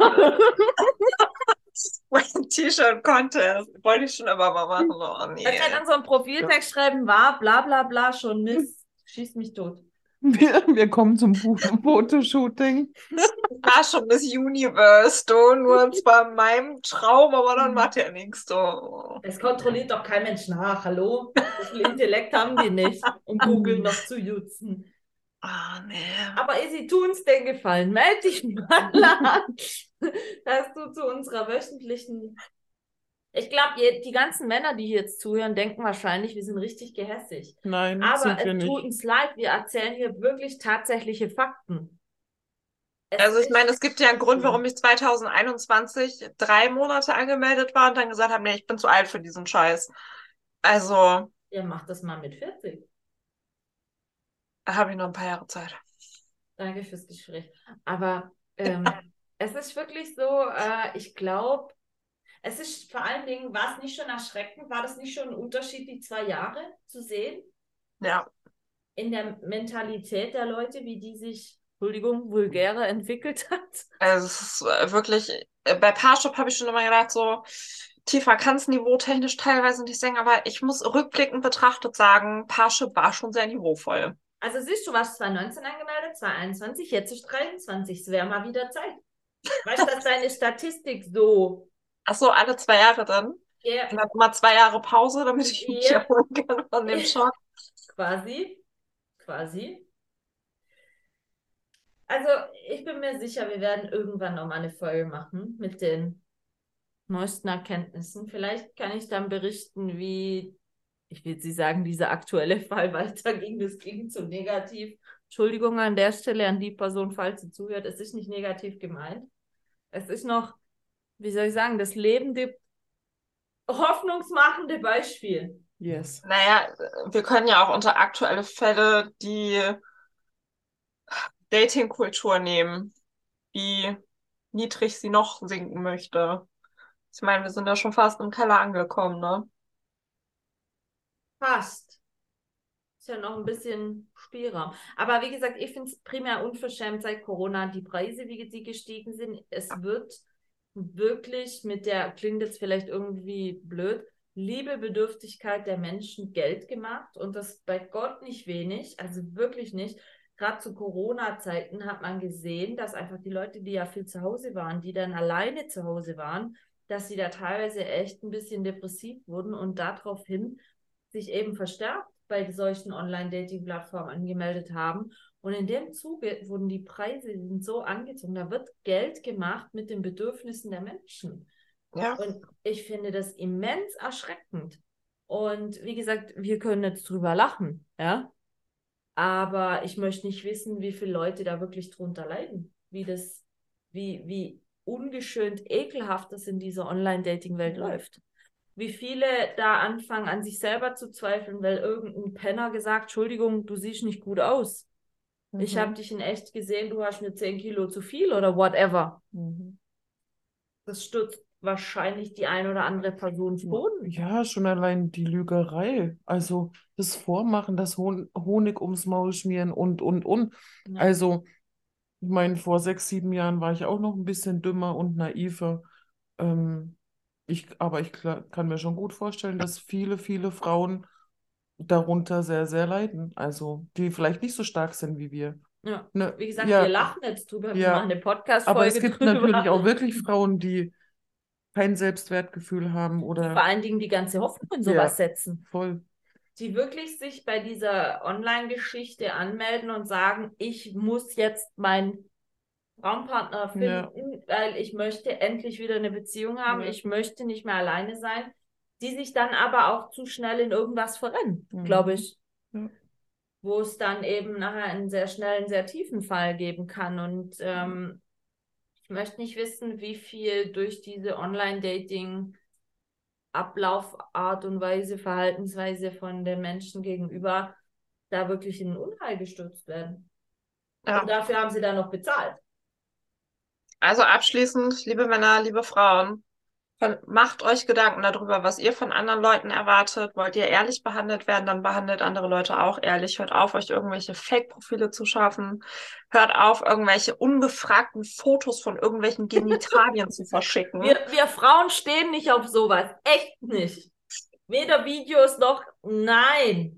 T-Shirt-Contest. Wollte ich schon immer mal machen. Oh, nee. Als dann so ein Profiltext schreiben war, bla bla bla, schon Mist, schießt mich tot. Wir, wir kommen zum Fotoshooting. Ich war schon Miss Universe, du, nur zwar in meinem Traum, aber dann macht ja nichts, du. Es kontrolliert doch kein Mensch nach, hallo? So viel Intellekt haben die nicht, um Google noch zu jutzen. Ah, nee. Aber sie tun es den Gefallen. Meld dich mal an, dass du zu unserer wöchentlichen... Ich glaube, die ganzen Männer, die hier jetzt zuhören, denken wahrscheinlich, wir sind richtig gehässig. Nein, Aber sind wir es nicht. tut uns leid, wir erzählen hier wirklich tatsächliche Fakten. Es Also ich ist meine, es gibt ja einen Grund, so. warum ich zwanzig einundzwanzig drei Monate angemeldet war und dann gesagt habe, nee, ich bin zu alt für diesen Scheiß. Also, Ja, mach das mal mit vierzig. da habe ich noch ein paar Jahre Zeit. Danke fürs Gespräch. Aber ähm, es ist wirklich so, äh, ich glaube, es ist vor allen Dingen, war es nicht schon erschreckend, war das nicht schon ein Unterschied, die zwei Jahre zu sehen? Ja. In der Mentalität der Leute, wie die sich, Entschuldigung, vulgärer entwickelt hat? Also es ist äh, wirklich, äh, bei Parship habe ich schon immer gedacht, so tiefer kann es niveautechnisch teilweise nicht sein, aber ich muss rückblickend betrachtet sagen, Parship war schon sehr niveauvoll. Also siehst du, warst zwanzig neunzehn angemeldet, zwanzig einundzwanzig, jetzt ist dreiundzwanzig. Es wäre mal wieder Zeit. Weißt du, dass deine Statistik so... Ach so, alle zwei Jahre dann? Yeah, Und dann mal zwei Jahre Pause, damit ich mich Ja. erholen kann von dem Schock. quasi, quasi. Also ich bin mir sicher, wir werden irgendwann noch mal eine Folge machen mit den neuesten Erkenntnissen. Vielleicht kann ich dann berichten, wie, ich will Sie sagen, dieser aktuelle Fall weiterging. Das ging zu negativ. Entschuldigung an der Stelle an die Person, falls sie zuhört. Es ist nicht negativ gemeint. Es ist noch, wie soll ich sagen, das lebende, hoffnungsmachende Beispiel. Yes. Naja, wir können ja auch unter aktuelle Fälle die Dating-Kultur nehmen, wie niedrig sie noch sinken möchte. Ich meine, wir sind ja schon fast im Keller angekommen, ne? Fast. Ist ja noch ein bisschen Spielraum. Aber wie gesagt, ich finde es primär unverschämt seit Corona, die Preise, wie die gestiegen sind. Es wird wirklich mit der, klingt jetzt vielleicht irgendwie blöd, Liebebedürftigkeit der Menschen Geld gemacht und das bei Gott nicht wenig, also wirklich nicht. Gerade zu Corona-Zeiten hat man gesehen, dass einfach die Leute, die ja viel zu Hause waren, die dann alleine zu Hause waren, dass sie da teilweise echt ein bisschen depressiv wurden und daraufhin sich eben verstärkt bei solchen Online-Dating-Plattformen angemeldet haben. Und in dem Zuge wurden die Preise die sind so angezogen. Da wird Geld gemacht mit den Bedürfnissen der Menschen. Ja. Und ich finde das immens erschreckend. Und wie gesagt, wir können jetzt drüber lachen, ja. Aber ich möchte nicht wissen, wie viele Leute da wirklich drunter leiden. Wie das, wie, wie ungeschönt ekelhaft das in dieser Online-Dating-Welt läuft. Wie viele da anfangen, an sich selber zu zweifeln, weil irgendein Penner gesagt, Entschuldigung, du siehst nicht gut aus. Mhm. Ich habe dich in echt gesehen, du hast mir zehn Kilo zu viel oder whatever. Mhm. Das stürzt wahrscheinlich die ein oder andere Person zu Boden. Ja, schon allein die Lügerei. Also das Vormachen, das Hon Honig ums Maul schmieren und, und, und. Ja. Also, ich meine, vor sechs, sieben Jahren war ich auch noch ein bisschen dümmer und naiver. Ähm, ich, aber ich kla- kann mir schon gut vorstellen, dass viele, viele Frauen darunter sehr, sehr leiden. Also, die vielleicht nicht so stark sind wie wir. Ja. Ne, Wie gesagt, ja, wir lachen jetzt drüber, wir ja. machen eine Podcast-Folge aber es gibt drüber. natürlich auch wirklich Frauen, die kein Selbstwertgefühl haben Die oder vor allen Dingen die ganze Hoffnung in Ja. sowas setzen. voll. Die wirklich sich bei dieser Online-Geschichte anmelden und sagen, ich muss jetzt meinen Traumpartner finden, Ja. weil ich möchte endlich wieder eine Beziehung haben, Ja. ich möchte nicht mehr alleine sein, die sich dann aber auch zu schnell in irgendwas verrennen, Mhm. glaube ich. Ja. Wo es dann eben nachher einen sehr schnellen, sehr tiefen Fall geben kann. Und ähm, Ich möchte nicht wissen, wie viel durch diese Online-Dating Ablaufart und Weise, Verhaltensweise von den Menschen gegenüber da wirklich in Unheil gestürzt werden. Ja. Und dafür haben sie dann noch bezahlt. Also abschließend, liebe Männer, liebe Frauen, von, macht euch Gedanken darüber, was ihr von anderen Leuten erwartet. Wollt ihr ehrlich behandelt werden, dann behandelt andere Leute auch ehrlich. Hört auf, euch irgendwelche Fake-Profile zu schaffen. Hört auf, irgendwelche ungefragten Fotos von irgendwelchen Genitalien zu verschicken. Wir, wir Frauen stehen nicht auf sowas. Echt nicht. Weder Videos noch, nein.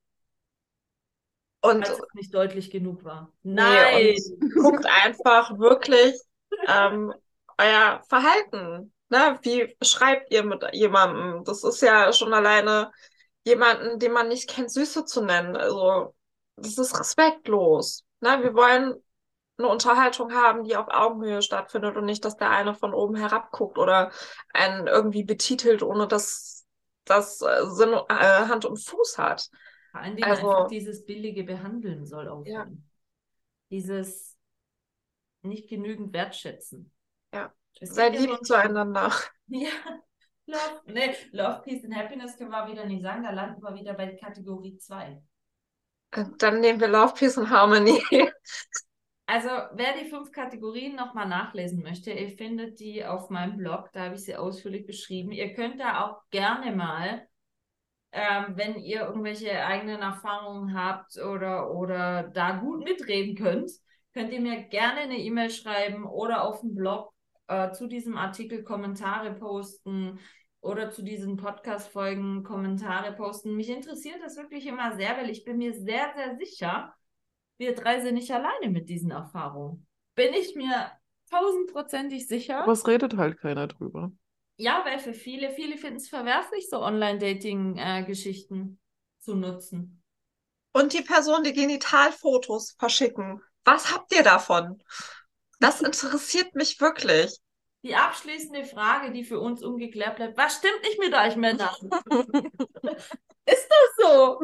Und Falls es nicht deutlich genug war. nee, Nein. und guckt einfach wirklich ähm, euer Verhalten. Ne? Wie schreibt ihr mit jemandem? Das ist ja schon alleine jemanden, den man nicht kennt, Süße zu nennen. Also, das ist respektlos. Ne? Wir wollen eine Unterhaltung haben, die auf Augenhöhe stattfindet und nicht, dass der eine von oben herab guckt oder einen irgendwie betitelt, ohne dass das äh, Sinn, äh, Hand und Fuß hat. Vor allen Dingen Also, einfach dieses billige Behandeln soll aufhören. Ja. Dieses nicht genügend wertschätzen. Ja. Es Seid gibt ja lieb so- zueinander. Ja, Love, nee, Love, Peace and Happiness können wir wieder nicht sagen, da landen wir wieder bei Kategorie zwei. Dann nehmen wir Love, Peace and Harmony. Also, wer die fünf Kategorien nochmal nachlesen möchte, ihr findet die auf meinem Blog, da habe ich sie ausführlich beschrieben. Ihr könnt da auch gerne mal, ähm, wenn ihr irgendwelche eigenen Erfahrungen habt oder, oder da gut mitreden könnt, könnt ihr mir gerne eine E-Mail schreiben oder auf dem Blog äh, zu diesem Artikel Kommentare posten oder zu diesen Podcast-Folgen Kommentare posten. Mich interessiert das wirklich immer sehr, weil ich bin mir sehr, sehr sicher, wir drei sind nicht alleine mit diesen Erfahrungen. Bin ich mir tausendprozentig sicher. Aber es redet halt keiner drüber. Ja, weil für viele, viele finden es verwerflich, so Online-Dating-Geschichten zu nutzen. Und die Person, die Genitalfotos verschicken. Was habt ihr davon? Das interessiert mich wirklich. Die abschließende Frage, die für uns ungeklärt bleibt, was stimmt nicht mit euch Männern? Ist das so?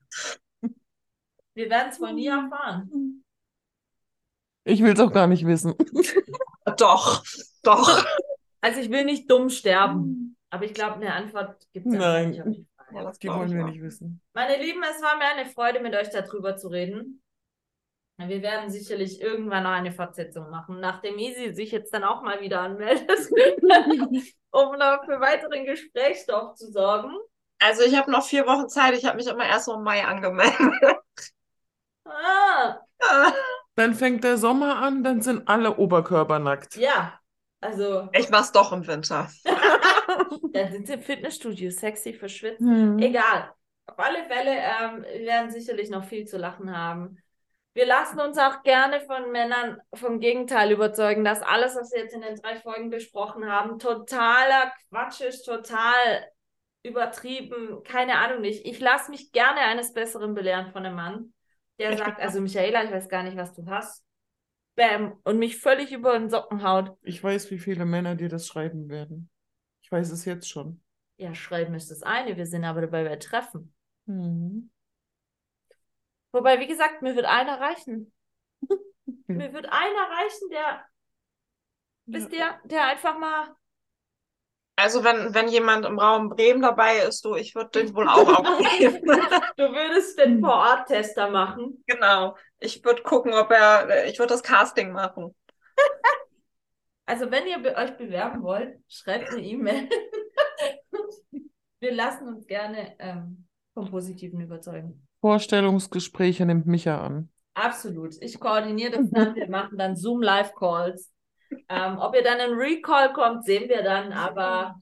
Wir werden es wohl nie erfahren. Ich will es auch gar nicht wissen. Doch, doch. Also ich will nicht dumm sterben, aber ich glaube, eine Antwort gibt es Nein. nicht auf die Frage. Ja, das Die glaub wollen ich wir auch. nicht wissen. Meine Lieben, es war mir eine Freude, mit euch darüber zu reden. Wir werden sicherlich irgendwann noch eine Fortsetzung machen, nachdem Easy sich jetzt dann auch mal wieder anmeldet, um noch für weiteren Gesprächsstoff zu sorgen. Also ich habe noch vier Wochen Zeit. Ich habe mich immer erst im Mai angemeldet. Ah, Dann fängt der Sommer an, dann sind alle oberkörpernackt. ja, also Ich mach's doch im Winter. dann sind sie im Fitnessstudio, sexy verschwitzt. Hm. Egal. Auf alle Fälle ähm, wir werden sicherlich noch viel zu lachen haben. Wir lassen uns auch gerne von Männern vom Gegenteil überzeugen, dass alles, was wir jetzt in den drei Folgen besprochen haben, totaler Quatsch ist, total übertrieben, keine Ahnung nicht. Ich lasse mich gerne eines Besseren belehren von einem Mann, der sagt, also Michaela, ich weiß gar nicht, was du hast. Bam. Und mich völlig über den Socken haut. Ich weiß, wie viele Männer dir das schreiben werden. Ich weiß es jetzt schon. Ja, schreiben ist das eine, wir sind aber dabei bei Treffen. Mhm. Wobei, wie gesagt, mir wird einer reichen. Mir wird einer reichen, der, wisst ihr, der einfach mal. Also wenn, wenn jemand im Raum Bremen dabei ist, du, ich würde den wohl auch aufnehmen. Du würdest den Vor-Ort-Tester machen. Genau. Ich würde gucken, ob er, ich würde das Casting machen. Also, wenn ihr be euch bewerben wollt, schreibt eine E-Mail. Wir lassen uns gerne ähm, vom Positiven überzeugen. Vorstellungsgespräche nimmt Micha an. Absolut. Ich koordiniere das dann. Wir machen dann Zoom-Live-Calls. Ähm, ob ihr dann in Recall kommt, sehen wir dann. Aber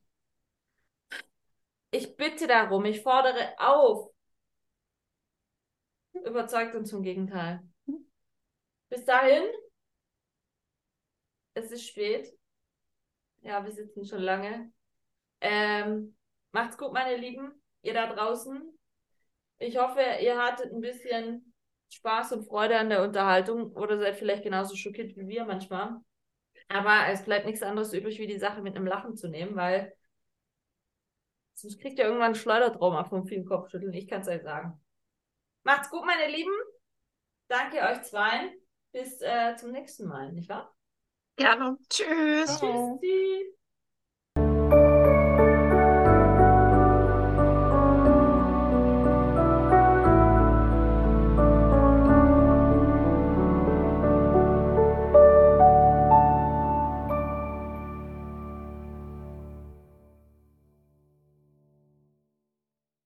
ich bitte darum, ich fordere auf. Überzeugt uns vom Gegenteil. Bis dahin. Es ist spät. Ja, wir sitzen schon lange. Ähm, macht's gut, meine Lieben. Ihr da draußen. Ich hoffe, ihr hattet ein bisschen Spaß und Freude an der Unterhaltung oder seid vielleicht genauso schockiert wie wir manchmal. Aber es bleibt nichts anderes übrig, wie die Sache mit einem Lachen zu nehmen, weil sonst kriegt ihr irgendwann ein Schleudertrauma vom vielen Kopfschütteln. Ich kann es euch sagen. Macht's gut, meine Lieben. Danke euch zwei. Bis äh, zum nächsten Mal, nicht wahr? Gerne. Tschüss. Ciao. Tschüssi.